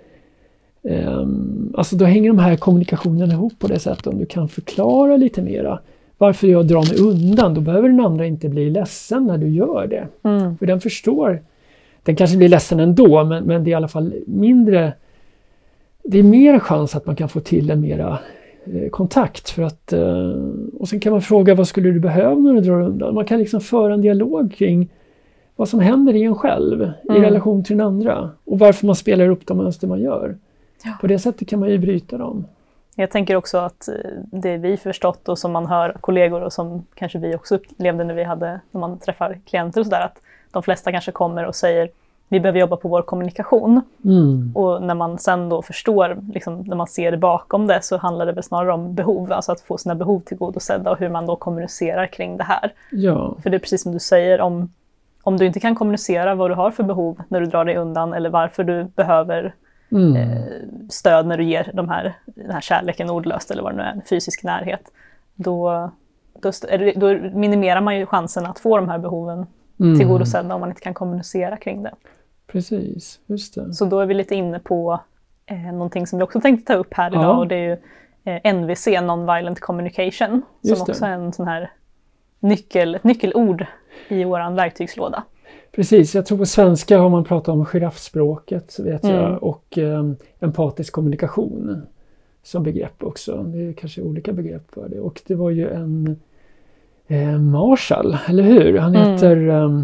Eh, alltså då hänger de här kommunikationerna ihop på det sättet. Om du kan förklara lite mera varför jag drar mig undan. Då behöver den andra inte bli ledsen när du gör det. Mm. För den förstår... Den kanske blir ledsen ändå, men, men det är i alla fall mindre... Det är mer chans att man kan få till en mera... kontakt för att och sen kan man fråga vad skulle du behöva när du drar undan. Man kan liksom föra en dialog kring vad som händer i en själv mm. i relation till den andra och varför man spelar upp de mönster man gör. Ja. På det sättet kan man ju bryta dem. Jag tänker också att det vi förstått och som man hör kollegor och som kanske vi också upplevde när vi hade när man träffar klienter och sådär, att de flesta kanske kommer och säger vi behöver jobba på vår kommunikation. Mm. Och när man sen då förstår, liksom, när man ser det bakom det, så handlar det väl snarare om behov. Alltså att få sina behov tillgodosedda och hur man då kommunicerar kring det här. Ja. För det är precis som du säger, om, om du inte kan kommunicera vad du har för behov när du drar dig undan eller varför du behöver Mm. eh, stöd när du ger de här, den här kärleken ordlöst eller vad det nu är, fysisk närhet, då, då, är det, då minimerar man ju chansen att få de här behoven mm. tillgodosedda om man inte kan kommunicera kring det. Precis, just det. Så då är vi lite inne på eh, någonting som vi också tänkte ta upp här idag, ja. och det är ju eh, N V C, Non-Violent Communication, just som det. också är en sån här nyckel, ett nyckelord i vår verktygslåda. Precis, jag tror på svenska har man pratat om giraffspråket, vet mm. jag, och eh, empatisk kommunikation som begrepp också. Det är kanske olika begrepp för det. Och det var ju en eh, Marshall, eller hur? Han mm. heter eh,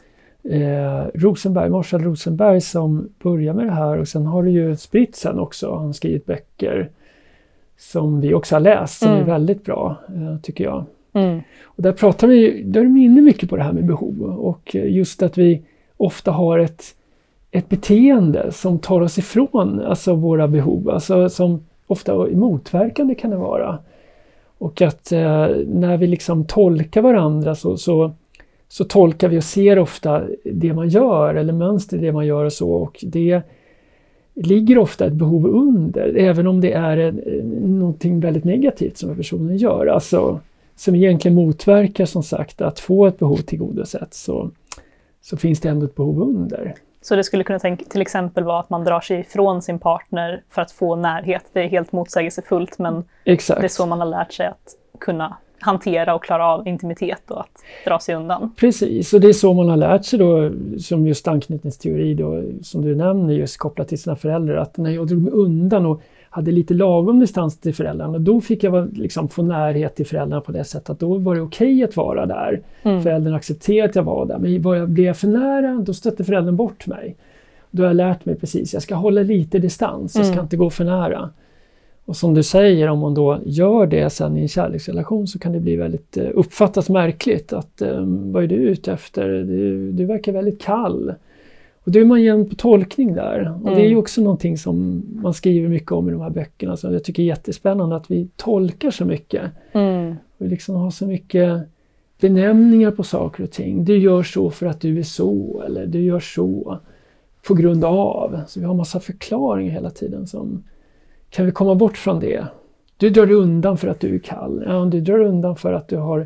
eh, Rosenberg, Marshall Rosenberg, som börjar med det här, och sen har det ju spritt sen också. Han har skrivit böcker som vi också har läst, som mm. är väldigt bra, eh, tycker jag. Mm. Och där pratar vi, där är vi inne mycket på det här med behov, och just att vi ofta har ett, ett beteende som tar oss ifrån alltså våra behov, alltså som ofta motverkande kan det vara. Och att eh, när vi liksom tolkar varandra så, så, så tolkar vi och ser ofta det man gör eller mönster i det man gör och så, och det ligger ofta ett behov under, även om det är en, någonting väldigt negativt som personen gör, alltså som egentligen motverkar, som sagt, att få ett behov tillgodosett, så, så finns det ändå ett behov under. Så det skulle kunna tänka, till exempel vara att man drar sig ifrån sin partner för att få närhet. Det är helt motsägelsefullt, men Exakt. Det är så man har lärt sig att kunna hantera och klara av intimitet och att dra sig undan. Precis, och det är så man har lärt sig då, som just anknytningsteori då, som du nämner, just kopplat till sina föräldrar, att när jag drog mig undan och hade lite lagom distans till föräldrarna, då fick jag liksom få närhet till föräldrarna på det sättet att då var det okej att vara där. Mm. Föräldrarna accepterade att jag var där, men var jag, blev jag för nära, då stötte föräldern bort mig. Då har jag lärt mig precis, jag ska hålla lite distans, jag ska mm. inte gå för nära. Och som du säger, om man då gör det sen i en kärleksrelation, så kan det bli väldigt uh, uppfattas märkligt, att um, vad är du ute efter? Du, du verkar väldigt kall. Och då är man igen på tolkning där. Och mm. det är ju också någonting som man skriver mycket om i de här böckerna, så jag tycker är jättespännande, att vi tolkar så mycket. Mm. Vi liksom har så mycket benämningar på saker och ting. Du gör så för att du är så, eller du gör så på grund av. Så vi har massa förklaringar hela tiden. Som, kan vi komma bort från det? Du drar undan för att du är kall. Ja, du drar undan för att du har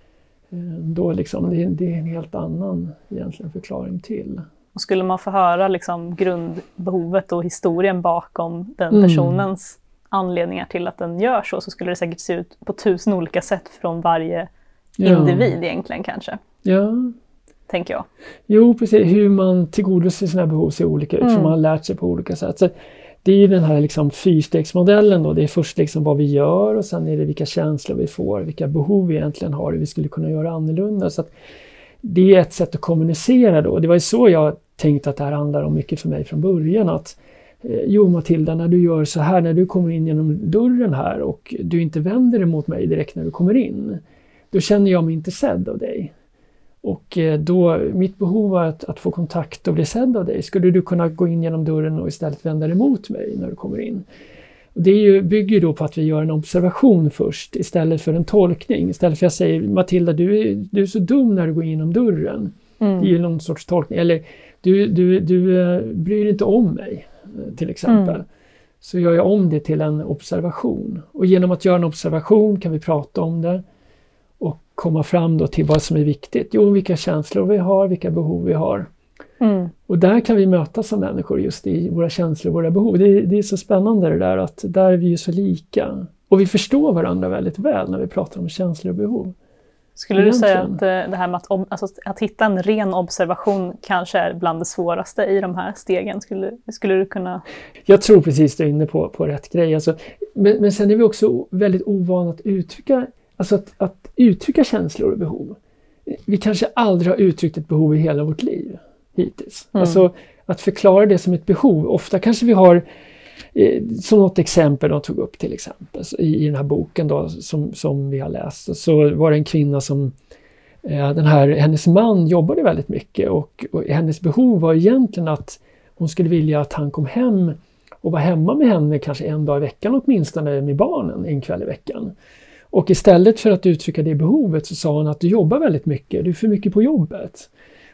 då liksom, det, det är en helt annan egentligen förklaring till. Och skulle man få höra liksom grundbehovet och historien bakom den personens mm. anledningar till att den gör så, så skulle det säkert se ut på tusen olika sätt från varje ja. individ egentligen kanske. Ja. Tänker jag. Jo, precis. Hur man tillgodoser sina behov ser olika ut, mm. för man har lärt sig på olika sätt. Så det är ju den här liksom fyrstegsmodellen då. Det är först liksom vad vi gör, och sen är det vilka känslor vi får, vilka behov vi egentligen har, hur vi skulle kunna göra annorlunda. Så att det är ett sätt att kommunicera då. Det var ju så jag tänkte att det här handlar om mycket för mig från början. Att eh, jo Matilda, när du gör så här, när du kommer in genom dörren här och du inte vänder dig mot mig direkt när du kommer in, då känner jag mig inte sedd av dig. Och eh, då, mitt behov är att, att få kontakt och bli sedd av dig. Skulle du kunna gå in genom dörren och istället vända dig mot mig när du kommer in? Och det är ju, bygger ju då på att vi gör en observation först istället för en tolkning. Istället för att jag säger, Matilda, du är, du är så dum när du går in genom dörren. Mm. Det är ju någon sorts tolkning. Eller du, du, du uh, bryr inte om mig, till exempel. Mm. Så gör jag om det till en observation. Och genom att göra en observation kan vi prata om det och komma fram då till vad som är viktigt. Jo, vilka känslor vi har, vilka behov vi har. Mm. Och där kan vi mötas som människor just i våra känslor och våra behov. Det, det är så spännande det där, att där är vi ju så lika. Och vi förstår varandra väldigt väl när vi pratar om känslor och behov. Skulle du säga att det här med att, alltså, att hitta en ren observation kanske är bland det svåraste i de här stegen? Skulle, skulle du kunna... Jag tror precis du är inne på, på rätt grej. Alltså, men, men sen är vi också väldigt ovana att uttrycka, alltså att, att uttrycka känslor och behov. Vi kanske aldrig har uttryckt ett behov i hela vårt liv hittills. Mm. Alltså att förklara det som ett behov. Ofta kanske vi har, eh, som något exempel de tog upp till exempel i, i den här boken då, som, som vi har läst, så var det en kvinna som eh, den här, hennes man jobbade väldigt mycket, och, och hennes behov var egentligen att hon skulle vilja att han kom hem och var hemma med henne kanske en dag i veckan åtminstone, med barnen en kväll i veckan. Och istället för att uttrycka det behovet så sa hon att du jobbar väldigt mycket, du är för mycket på jobbet.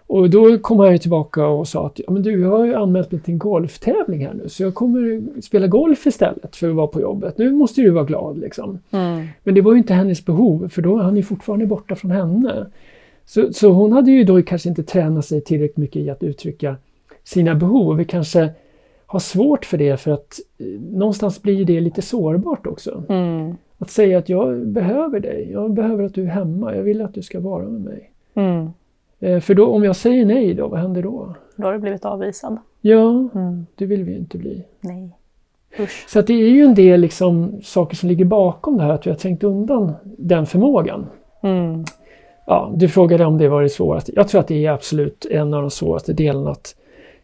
Och då kom han ju tillbaka och sa att ja, men du, jag har ju anmält mig till en golftävling här nu, så jag kommer spela golf istället för att vara på jobbet. Nu måste du vara glad liksom. Mm. Men det var ju inte hennes behov, för då är han ju fortfarande borta från henne. Så, så hon hade ju då kanske inte tränat sig tillräckligt mycket i att uttrycka sina behov. Vi kanske har svårt för det, för att eh, någonstans blir det lite sårbart också. Mm. Att säga att jag behöver dig, jag behöver att du är hemma, jag vill att du ska vara med mig. Mm. Eh, för då, om jag säger nej då, vad händer då? Då har du blivit avvisad. Ja, mm. det vill vi inte bli. Nej. Usch. Så att det är ju en del liksom, saker som ligger bakom det här, att vi har trängt undan den förmågan. Mm. Ja, du frågade om det var det svåraste. Jag tror att det är absolut en av de svåraste delarna, att,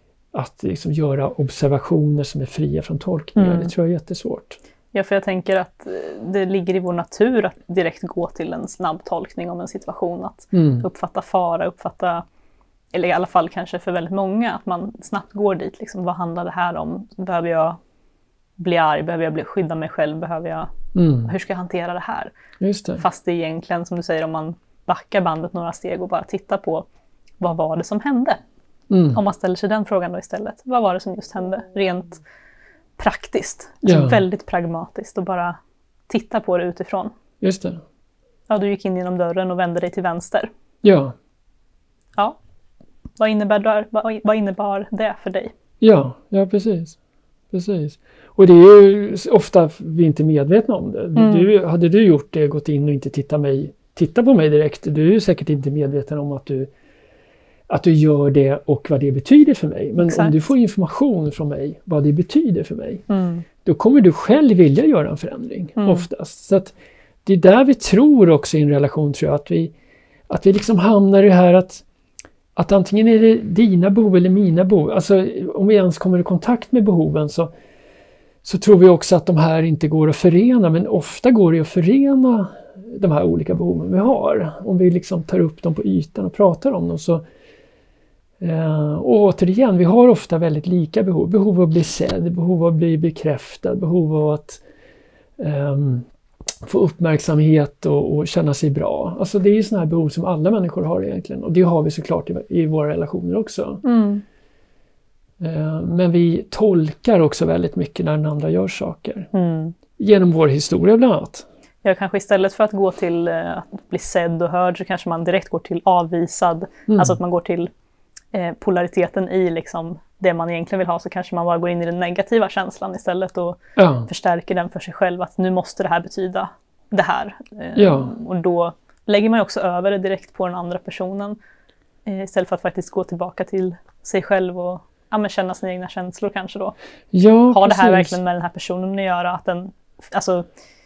att liksom göra observationer som är fria från tolkningar. Mm. Det tror jag är jättesvårt. Ja, för jag tänker att det ligger i vår natur att direkt gå till en snabb tolkning om en situation. Att mm. uppfatta fara, uppfatta, eller i alla fall kanske för väldigt många, att man snabbt går dit. Liksom, vad handlar det här om? Behöver jag bli arg? Behöver jag bli, skydda mig själv? Behöver jag, mm. hur ska jag hantera det här? Just det. Fast det är egentligen, som du säger, om man backar bandet några steg och bara tittar på vad var det som hände? Mm. Om man ställer sig den frågan då istället. Vad var det som just hände? Rent praktiskt. Alltså ja. Väldigt pragmatiskt, och bara titta på det utifrån. Just det. Ja, du gick in genom dörren och vände dig till vänster. Ja. Ja. Vad innebär det, vad, vad innebar det för dig? Ja, ja precis. Precis. Och det är ju ofta vi inte är medvetna om det. Mm. Du, hade du gjort det, gått in och inte titta, mig, titta på mig direkt, du är ju säkert inte medveten om att du, att du gör det och vad det betyder för mig. Men Exakt. Om du får information från mig vad det betyder för mig, mm. då kommer du själv vilja göra en förändring mm. oftast. Så att det är där vi tror också i en relation, tror jag, att vi, att vi liksom hamnar i det här att Att antingen är det dina behov eller mina behov. Alltså om vi ens kommer i kontakt med behoven, så, så tror vi också att de här inte går att förena. Men ofta går det att förena de här olika behoven vi har. Om vi liksom tar upp dem på ytan och pratar om dem. Så, eh, och återigen, vi har ofta väldigt lika behov. Behov av att bli sedd, behov av att bli bekräftad, behov av att eh, få uppmärksamhet och, och känna sig bra. Alltså det är ju sådana här behov som alla människor har egentligen. Och det har vi såklart i, i våra relationer också. Mm. Eh, men vi tolkar också väldigt mycket när den andra gör saker. Mm. Genom vår historia bland annat. Ja, kanske istället för att gå till eh, att bli sedd och hörd, så kanske man direkt går till avvisad. Mm. Alltså att man går till eh, polariteten i liksom det man egentligen vill ha, så kanske man bara går in i den negativa känslan istället och ja. förstärker den för sig själv, att nu måste det här betyda det här. Ja. Och då lägger man också över det direkt på den andra personen istället för att faktiskt gå tillbaka till sig själv och ja, men känna sina egna känslor kanske då. Ja, har det här precis. verkligen med den här personen att göra? Att den, alltså,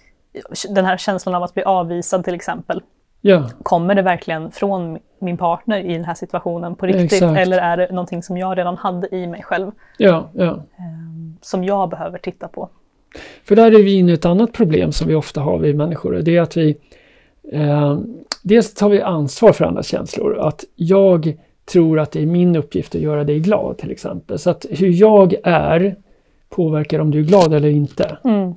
den här känslan av att bli avvisad till exempel. Ja. Kommer det verkligen från min partner i den här situationen på riktigt? Exakt. Eller är det någonting som jag redan hade i mig själv? Ja, ja. Som jag behöver titta på. För där är vi inne i ett annat problem som vi ofta har, vi människor. Det är att vi eh, dels tar vi ansvar för andras känslor. Att jag tror att det är min uppgift att göra dig glad till exempel. Så att hur jag är påverkar om du är glad eller inte. Mm.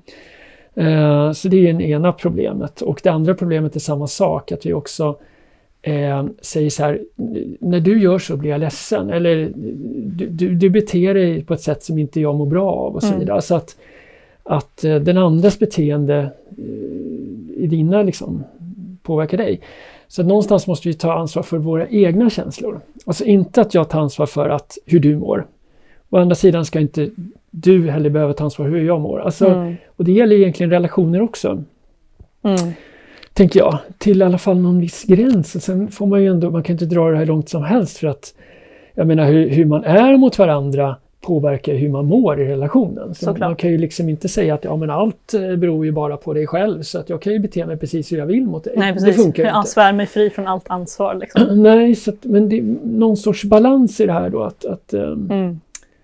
Uh, så det är det ena problemet. Och det andra problemet är samma sak. Att vi också uh, säger så här: när du gör så blir jag ledsen. Eller du, du, du beter dig på ett sätt som inte jag mår bra av. Och så vidare. Mm. Så att, att uh, den andras beteende uh, i dina liksom, påverkar dig. Så att någonstans måste vi ta ansvar för våra egna känslor. Alltså inte att jag tar ansvar för att, hur du mår. Å andra sidan ska inte du heller behöva ta ansvar för hur jag mår. Alltså, mm. Och det gäller egentligen relationer också. Mm. Tänker jag. Till i alla fall någon viss gräns. Sen får man ju ändå, man kan inte dra det här långt som helst, för att jag menar hur, hur man är mot varandra påverkar hur man mår i relationen. Så man kan ju liksom inte säga att ja, men allt beror ju bara på dig själv, så att jag kan ju bete mig precis hur jag vill mot dig. Nej, precis. Det funkar ju inte. Jag svär mig fri från allt ansvar. Liksom. Nej, så att, men det är någon sorts balans i det här då, att, att um, mm.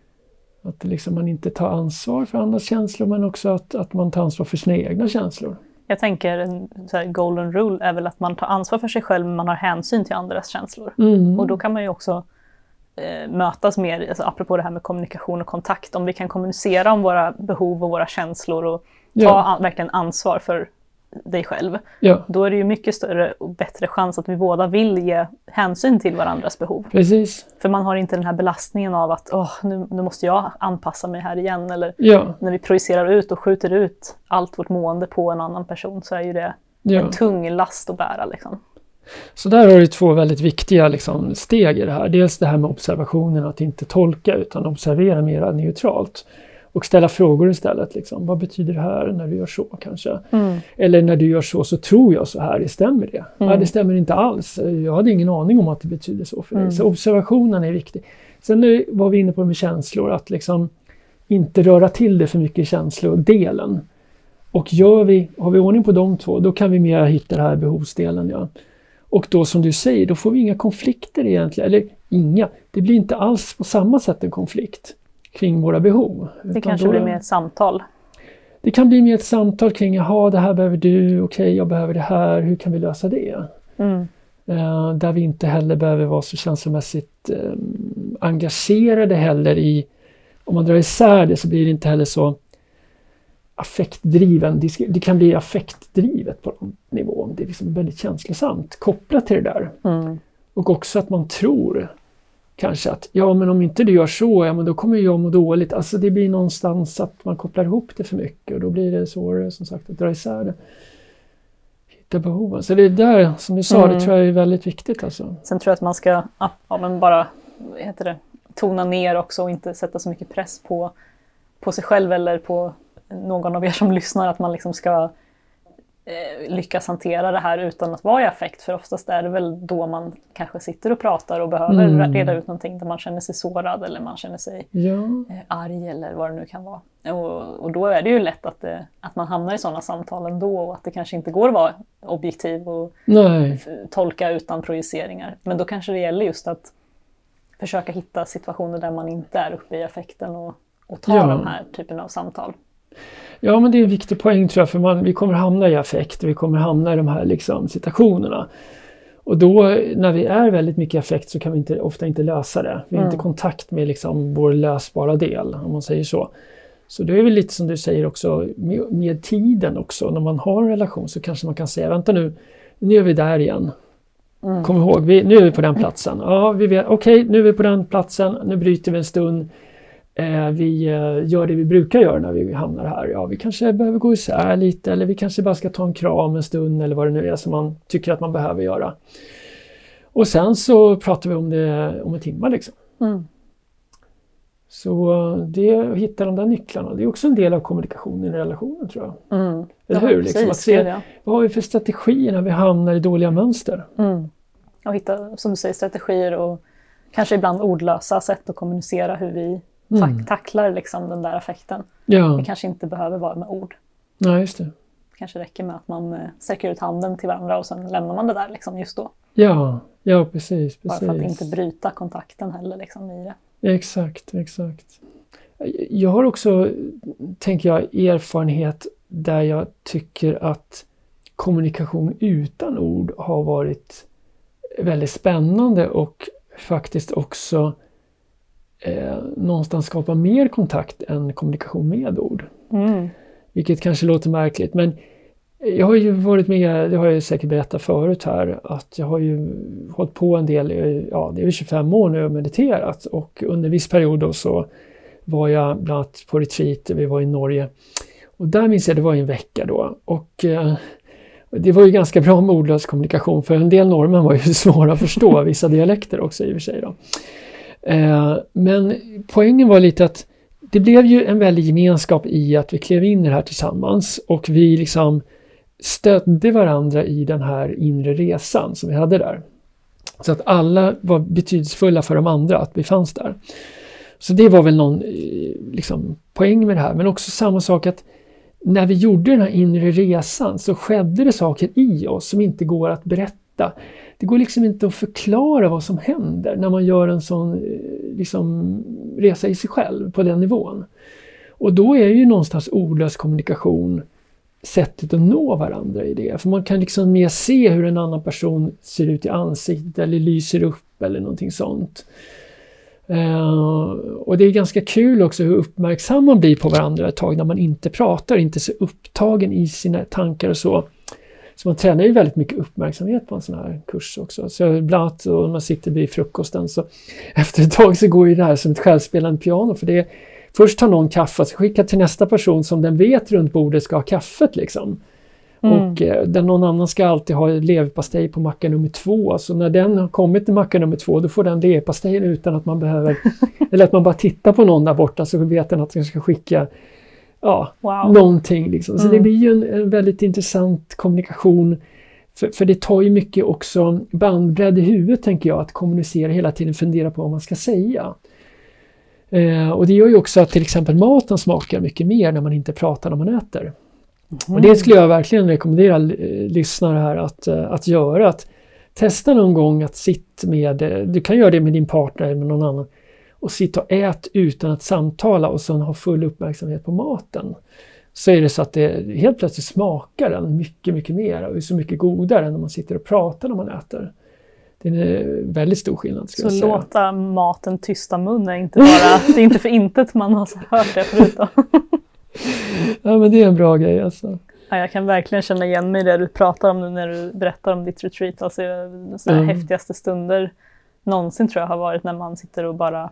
Att liksom man inte tar ansvar för andras känslor, men också att, att man tar ansvar för sina egna känslor. Jag tänker en så här golden rule är väl att man tar ansvar för sig själv, men man har hänsyn till andras känslor. Mm. Och då kan man ju också eh, mötas mer, alltså, apropå det här med kommunikation och kontakt. Om vi kan kommunicera om våra behov och våra känslor och ta ja. an, verkligen ansvar för dig själv. Ja. Då är det ju mycket större och bättre chans att vi båda vill ge hänsyn till varandras behov. Precis. För man har inte den här belastningen av att åh, nu, nu måste jag anpassa mig här igen. Eller Ja. när vi projicerar ut och skjuter ut allt vårt mående på en annan person så är ju det Ja. en tung last att bära. Liksom. Så där har du två väldigt viktiga liksom, steg i det här. Dels det här med observationen, att inte tolka utan observera mer neutralt. Och ställa frågor istället. Liksom. Vad betyder det här när du gör så kanske? Mm. Eller när du gör så så tror jag så här. Det stämmer det? Mm. Nej, det stämmer inte alls. Jag hade ingen aning om att det betyder så för dig. Mm. Så observationen är viktig. Sen var vi inne på med känslor. Att liksom inte röra till det för mycket i känslodelen. Och gör vi, har vi ordning på de två, då kan vi mer hitta den här behovsdelen. Ja. Och då som du säger, då får vi inga konflikter egentligen. Eller inga. Det blir inte alls på samma sätt en konflikt kring våra behov. Det kanske då, blir mer ett samtal. Det kan bli mer ett samtal kring, jaha, det här behöver du, okej, jag behöver det här, hur kan vi lösa det? Mm. Uh, där vi inte heller behöver vara så känslomässigt uh, engagerade heller i, om man drar isär det så blir det inte heller så affektdriven, det, det kan bli affektdrivet på någon nivå. Det är liksom väldigt känslosamt kopplat till det där. Mm. Och också att man tror kanske att, ja men om inte du gör så, ja men då kommer jag må dåligt. Alltså det blir någonstans att man kopplar ihop det för mycket och då blir det svårare som sagt att dra isär det. Hitta behoven. Så det är där, som du sa, mm. det tror jag är väldigt viktigt alltså. Sen tror jag att man ska, ja men bara, vad heter det, tona ner också och inte sätta så mycket press på, på sig själv eller på någon av er som lyssnar, att man liksom ska eh, lyckas hantera det här utan att vara i affekt. För oftast är det väl då man kanske sitter och pratar och behöver mm. reda ut någonting där man känner sig sårad eller man känner sig ja. eh, arg eller vad det nu kan vara. Och, och då är det ju lätt att, det, att man hamnar i sådana samtal ändå och att det kanske inte går att vara objektiv och Nej. f- tolka utan projiceringar. Men då kanske det gäller just att försöka hitta situationer där man inte är uppe i affekten och, och ta ja. de här typen av samtal. Ja, men det är en viktig poäng tror jag, för man, vi kommer hamna i affekt, vi kommer hamna i de här liksom, situationerna. Och då när vi är väldigt mycket i affekt så kan vi inte, ofta inte lösa det. Vi har mm. inte kontakt med liksom, vår lösbara del, om man säger så. Så det är väl lite som du säger också, med, med tiden också, när man har en relation så kanske man kan säga, vänta nu, nu är vi där igen. Mm. Kom ihåg, vi, nu är vi på den platsen. Ja, vi vet, okej, nu är vi på den platsen, nu bryter vi en stund. Eh, vi eh, gör det vi brukar göra när vi hamnar här. Ja, vi kanske behöver gå isär lite eller vi kanske bara ska ta en kram en stund eller vad det nu är som man tycker att man behöver göra. Och sen så pratar vi om det om en timme liksom. Mm. Så det, hitta de där nycklarna. Det är också en del av kommunikationen i relationen tror jag. Mm. Eller ja, hur? Precis, liksom, att se, det, ja. Vad har vi för strategier när vi hamnar i dåliga mönster? Mm. Och hitta, som du säger, strategier och kanske ibland ordlösa sätt att kommunicera hur vi Mm. tacklar liksom den där affekten. Ja. Det kanske inte behöver vara med ord. Nej, just det. Det kanske räcker med att man eh, sträcker ut handen till varandra och sen lämnar man det där liksom just då. Ja, ja precis, precis. Bara för att inte bryta kontakten heller liksom i det. Exakt, exakt. Jag har också, tänker jag, erfarenhet där jag tycker att kommunikation utan ord har varit väldigt spännande och faktiskt också Eh, någonstans skapa mer kontakt än kommunikation med ord. Mm. Vilket kanske låter märkligt, men jag har ju varit med, det har jag säkert berättat förut här, att jag har ju hållit på en del, ja det är tjugofem år nu och mediterat och under en viss period då så var jag bland annat på retreat, vi var i Norge och där minns jag det var en vecka då och eh, det var ju ganska bra med ordlös kommunikation för en del norrmän var ju svåra att förstå, vissa dialekter också i och för sig då. Eh, men poängen var lite att det blev ju en väldig gemenskap i att vi klev in i det här tillsammans och vi liksom stödde varandra i den här inre resan som vi hade där. Så att alla var betydelsefulla för de andra att vi fanns där. Så det var väl någon liksom, poäng med det här. Men också samma sak att när vi gjorde den här inre resan så skedde det saker i oss som inte går att berätta. Det går liksom inte att förklara vad som händer när man gör en sån liksom, resa i sig själv på den nivån. Och då är ju någonstans ordlös kommunikation sättet att nå varandra i det. För man kan liksom mer se hur en annan person ser ut i ansiktet eller lyser upp eller någonting sånt. Uh, och det är ganska kul också hur uppmärksam man blir på varandra ett tag när man inte pratar, inte så upptagen i sina tankar och så. Så man tränar ju väldigt mycket uppmärksamhet på en sån här kurs också. Så bland annat när man sitter vid frukosten så efter ett tag så går ju det här som ett självspelande piano. För det är, först tar någon kaffe, så skickar till nästa person som den vet runt bordet ska ha kaffet liksom. Mm. Och eh, den någon annan ska alltid ha leverpastej på macka nummer två. Så när den har kommit till macka nummer två, då får den leverpastejen utan att man behöver, eller att man bara tittar på någon där borta så vet den att den ska skicka ja, wow. någonting liksom. Så mm. det blir ju en, en väldigt intressant kommunikation. För, för det tar ju mycket också bandbredd i huvudet tänker jag, att kommunicera hela tiden, fundera på vad man ska säga. Eh, och det gör ju också att till exempel maten smakar mycket mer när man inte pratar när man äter. Mm. Och det skulle jag verkligen rekommendera eh, lyssnare här att, eh, att göra. Att testa någon gång att sitta med, eh, du kan göra det med din partner eller med någon annan, och sitta och ät utan att samtala och sen ha full uppmärksamhet på maten. Så är det så att det helt plötsligt smakar den mycket, mycket mer och är så mycket godare än när man sitter och pratar när man äter. Det är en väldigt stor skillnad. Ska så jag säga. Låta maten tysta mun är inte bara, det är inte för intet man har hört det förut då. Ja, men det är en bra grej alltså. Ja, jag kan verkligen känna igen mig i det du pratar om nu när du berättar om ditt retreat. Alltså, sådana mm. häftigaste stunder någonsin tror jag har varit när man sitter och bara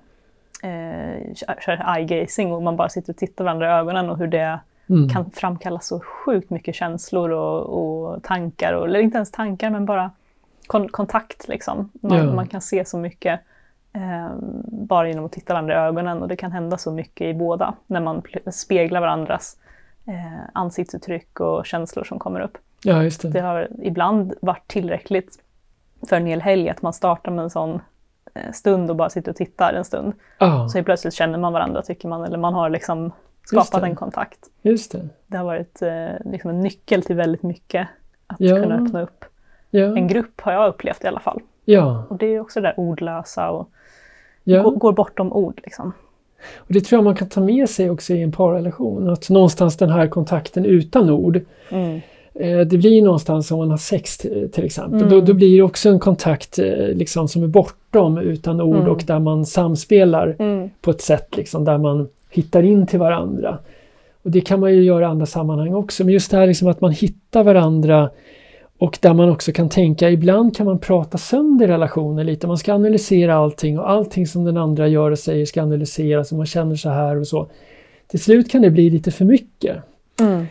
eh, kör eye-gazing och man bara sitter och tittar varandra i ögonen och hur det mm. kan framkalla så sjukt mycket känslor och, och tankar, och, eller inte ens tankar men bara kon- kontakt liksom. Man, ja. man kan se så mycket eh, bara genom att titta varandra i ögonen, och det kan hända så mycket i båda när man speglar varandras eh, ansiktsuttryck och känslor som kommer upp. Ja, just det. Det har ibland varit tillräckligt för en hel helg att man startar med en sån stund och bara sitter och tittar en stund. Oh. Så plötsligt känner man varandra tycker man, eller man har liksom skapat en kontakt. Just det. Det har varit eh, liksom en nyckel till väldigt mycket att ja. kunna öppna upp ja. en grupp, har jag upplevt i alla fall. Ja. Och det är också det där ordlösa och ja. går, går bortom ord liksom. Och det tror jag man kan ta med sig också i en parrelation, att någonstans den här kontakten utan ord mm. det blir någonstans om man har sex till exempel. Mm. Då, då blir det också en kontakt liksom, som är bortom utan ord mm. och där man samspelar mm. på ett sätt liksom, där man hittar in till varandra. Och det kan man ju göra i andra sammanhang också. Men just det här liksom, att man hittar varandra och där man också kan tänka, ibland kan man prata sönder relationer lite. Man ska analysera allting och allting som den andra gör och säger ska analyseras och man känner så här och så. Till slut kan det bli lite för mycket. Mm.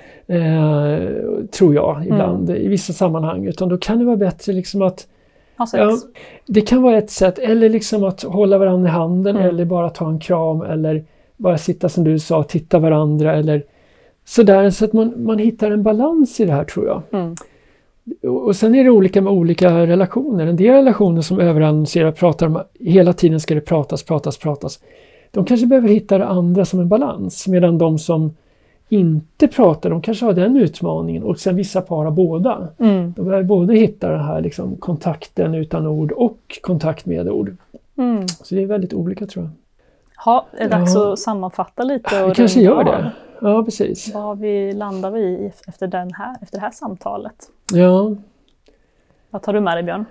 Eh, tror jag ibland mm. i vissa sammanhang, utan då kan det vara bättre liksom att ja, det kan vara ett sätt, eller liksom att hålla varandra i handen mm. eller bara ta en kram eller bara sitta som du sa, titta varandra eller sådär, så att man, man hittar en balans i det här tror jag. Mm. Och, och sen är det olika med olika relationer. En del relationer som överanalyserar pratar om hela tiden ska det pratas, pratas, pratas. De kanske behöver hitta det andra som en balans, medan de som inte pratar, de kanske har den utmaningen, och sen vissa par har båda. Mm. De behöver både hitta den här liksom, kontakten utan ord och kontakt med ord. Mm. Så det är väldigt olika tror jag. Ja, är det dags ja. att sammanfatta lite? Och vi kanske gör det. Ja, precis. Vad vi landar vi i efter, den här, efter det här samtalet? Ja. Vad tar du med dig, Björn?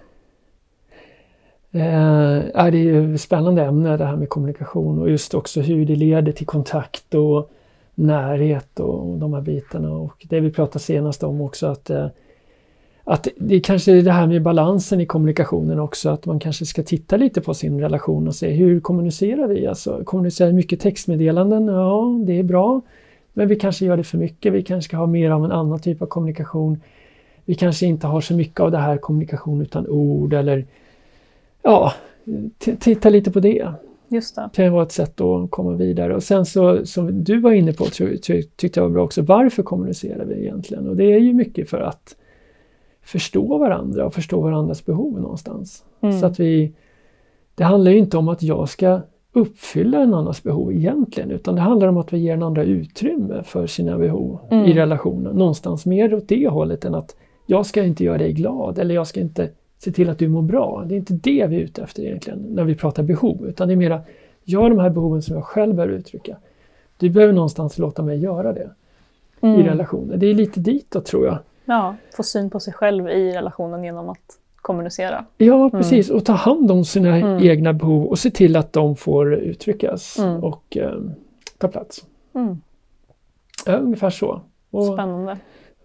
Eh, det är ju ett spännande ämne det här med kommunikation och just också hur det leder till kontakt och närhet och de här bitarna, och det vi pratade senast om också att, att det kanske är det här med balansen i kommunikationen också, att man kanske ska titta lite på sin relation och se hur kommunicerar vi, alltså kommunicerar mycket textmeddelanden, ja det är bra, men vi kanske gör det för mycket, vi kanske ska ha mer av en annan typ av kommunikation, vi kanske inte har så mycket av det här kommunikation utan ord, eller ja, t- titta lite på det. Just det. Kan vara ett sätt att komma vidare. Och sen så, som du var inne på, ty, ty, tyckte jag var bra också, varför kommunicerar vi egentligen? Och det är ju mycket för att förstå varandra och förstå varandras behov någonstans. Mm. Så att vi, det handlar ju inte om att jag ska uppfylla en annans behov egentligen, utan det handlar om att vi ger en andra utrymme för sina behov mm. i relationen. Någonstans mer åt det hållet än att jag ska inte göra dig glad, eller jag ska inte se till att du mår bra. Det är inte det vi är ute efter egentligen när vi pratar behov, utan det är mera, jag har de här behoven som jag själv behöver uttrycka. Du behöver någonstans låta mig göra det mm. i relationen. Det är lite dit då, tror jag. Ja, få syn på sig själv i relationen genom att kommunicera. Ja, precis. Mm. Och ta hand om sina mm. egna behov och se till att de får uttryckas mm. och eh, ta plats. Mm. Ja, ungefär så. Och, Spännande.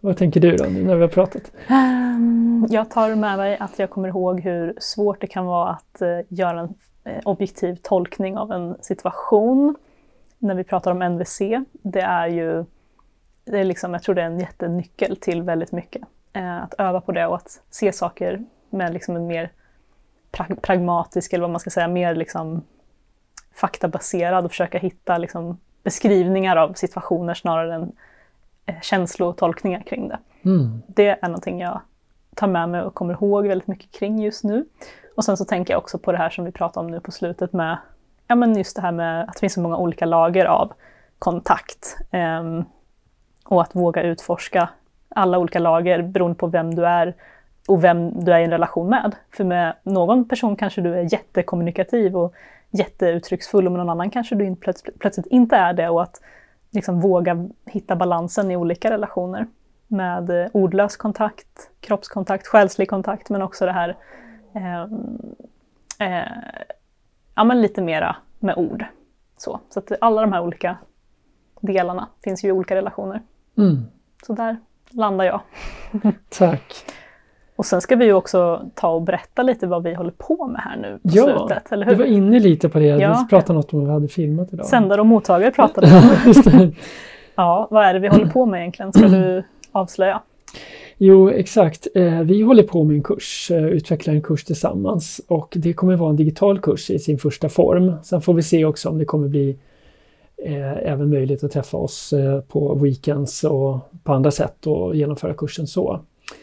Vad tänker du då nu när vi har pratat? Um, jag tar med mig att jag kommer ihåg hur svårt det kan vara att uh, göra en uh, objektiv tolkning av en situation. När vi pratar om N V C, det är ju, det är liksom, jag tror det är en jättenyckel till väldigt mycket. Uh, att öva på det och att se saker med liksom en mer pra- pragmatisk, eller vad man ska säga, mer liksom faktabaserad och försöka hitta liksom beskrivningar av situationer snarare än eh, känslotolkningar kring det. Mm. Det är någonting jag tar med mig och kommer ihåg väldigt mycket kring just nu. Och sen så tänker jag också på det här som vi pratade om nu på slutet med, ja men just det här med att det finns så många olika lager av kontakt. Eh, och att våga utforska alla olika lager beroende på vem du är och vem du är i en relation med. För med någon person kanske du är jättekommunikativ och jätteuttrycksfull, och med någon annan kanske du plötsligt, plötsligt inte är det, och att liksom våga hitta balansen i olika relationer med ordlös kontakt, kroppskontakt, själslig kontakt, men också det här eh, eh, ja, men lite mera med ord. Så, så att alla de här olika delarna finns ju i olika relationer. Mm. Så där landar jag. Tack. Och sen ska vi ju också ta och berätta lite vad vi håller på med här nu på ja, slutet, eller hur? Du var inne lite på det. Ja. Vi pratade något om vad vi hade filmat idag. Sändare och mottagare pratade vi. Ja, vad är det vi håller på med egentligen? Ska du avslöja? Jo, exakt. Vi håller på med en kurs, utvecklar en kurs tillsammans, och det kommer vara en digital kurs i sin första form. Sen får vi se också om det kommer bli eh, även möjligt att träffa oss eh, på weekends och på andra sätt och genomföra kursen så.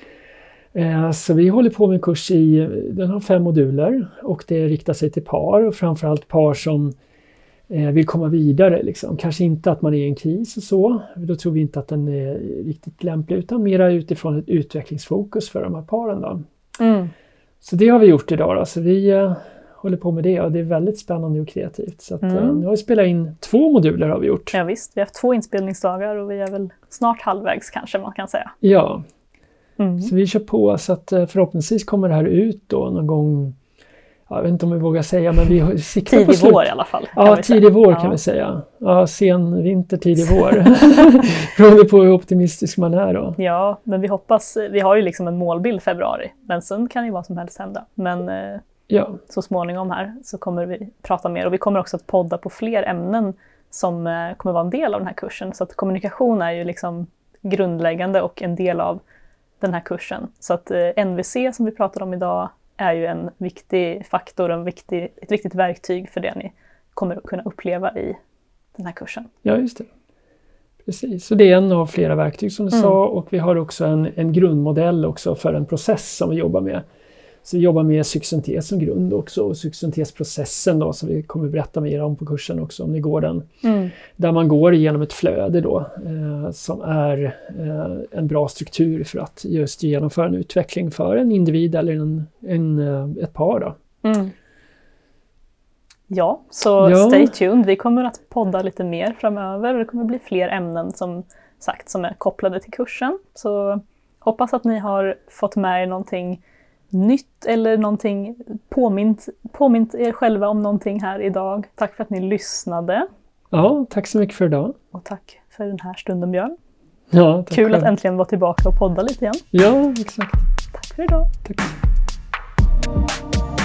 Eh, så vi håller på med en kurs i, den har fem moduler, och det riktar sig till par, och framförallt par som eh, vill komma vidare. Liksom. Kanske inte att man är i en kris och så, då tror vi inte att den är riktigt lämplig, utan mera utifrån ett utvecklingsfokus för de här paren. Då. Mm. Så det har vi gjort idag. Då. Så vi eh, håller på med det, och det är väldigt spännande och kreativt. Så att, mm. eh, nu har vi spelat in två moduler har vi gjort. Ja visst, vi har haft två inspelningsdagar och vi är väl snart halvvägs kanske man kan säga. Ja. Mm. Så vi kör på, så att förhoppningsvis kommer det här ut då någon gång, jag vet inte om vi vågar säga, men vi siktar tidig på slut. vår i alla fall. Ja, tidig vår kan ja. vi säga. Ja, sen vinter, tidig vår. Beroende på hur optimistisk man är då. Ja, men vi hoppas, vi har ju liksom en målbild februari, men sen kan ju vad som helst hända. Men eh, ja. så småningom här så kommer vi prata mer, och vi kommer också att podda på fler ämnen som eh, kommer vara en del av den här kursen. Så att kommunikation är ju liksom grundläggande och en del av den här kursen. Så att eh, N V C som vi pratar om idag är ju en viktig faktor, en viktig, ett viktigt verktyg för det ni kommer att kunna uppleva i den här kursen. Ja, just det. Precis, så det är en av flera verktyg som du mm. sa, och vi har också en, en grundmodell också för en process som vi jobbar med. Så vi jobbar med psykosyntes som grund också, och psykosyntesprocessen då, som vi kommer berätta mer om på kursen också om ni går den. Mm. Där man går igenom ett flöde då, eh, som är eh, en bra struktur för att just genomföra en utveckling för en individ eller en, en, ett par då. Mm. Ja, så ja. Stay tuned. Vi kommer att podda lite mer framöver, och det kommer bli fler ämnen som sagt som är kopplade till kursen. Så hoppas att ni har fått med er någonting nytt eller någonting påmint, påmint er själva om någonting här idag. Tack för att ni lyssnade. Ja, tack så mycket för idag. Och tack för den här stunden, Björn. Ja, tack. Kul själv. att äntligen vara tillbaka och podda lite igen. Ja, exakt. Tack för idag. Tack.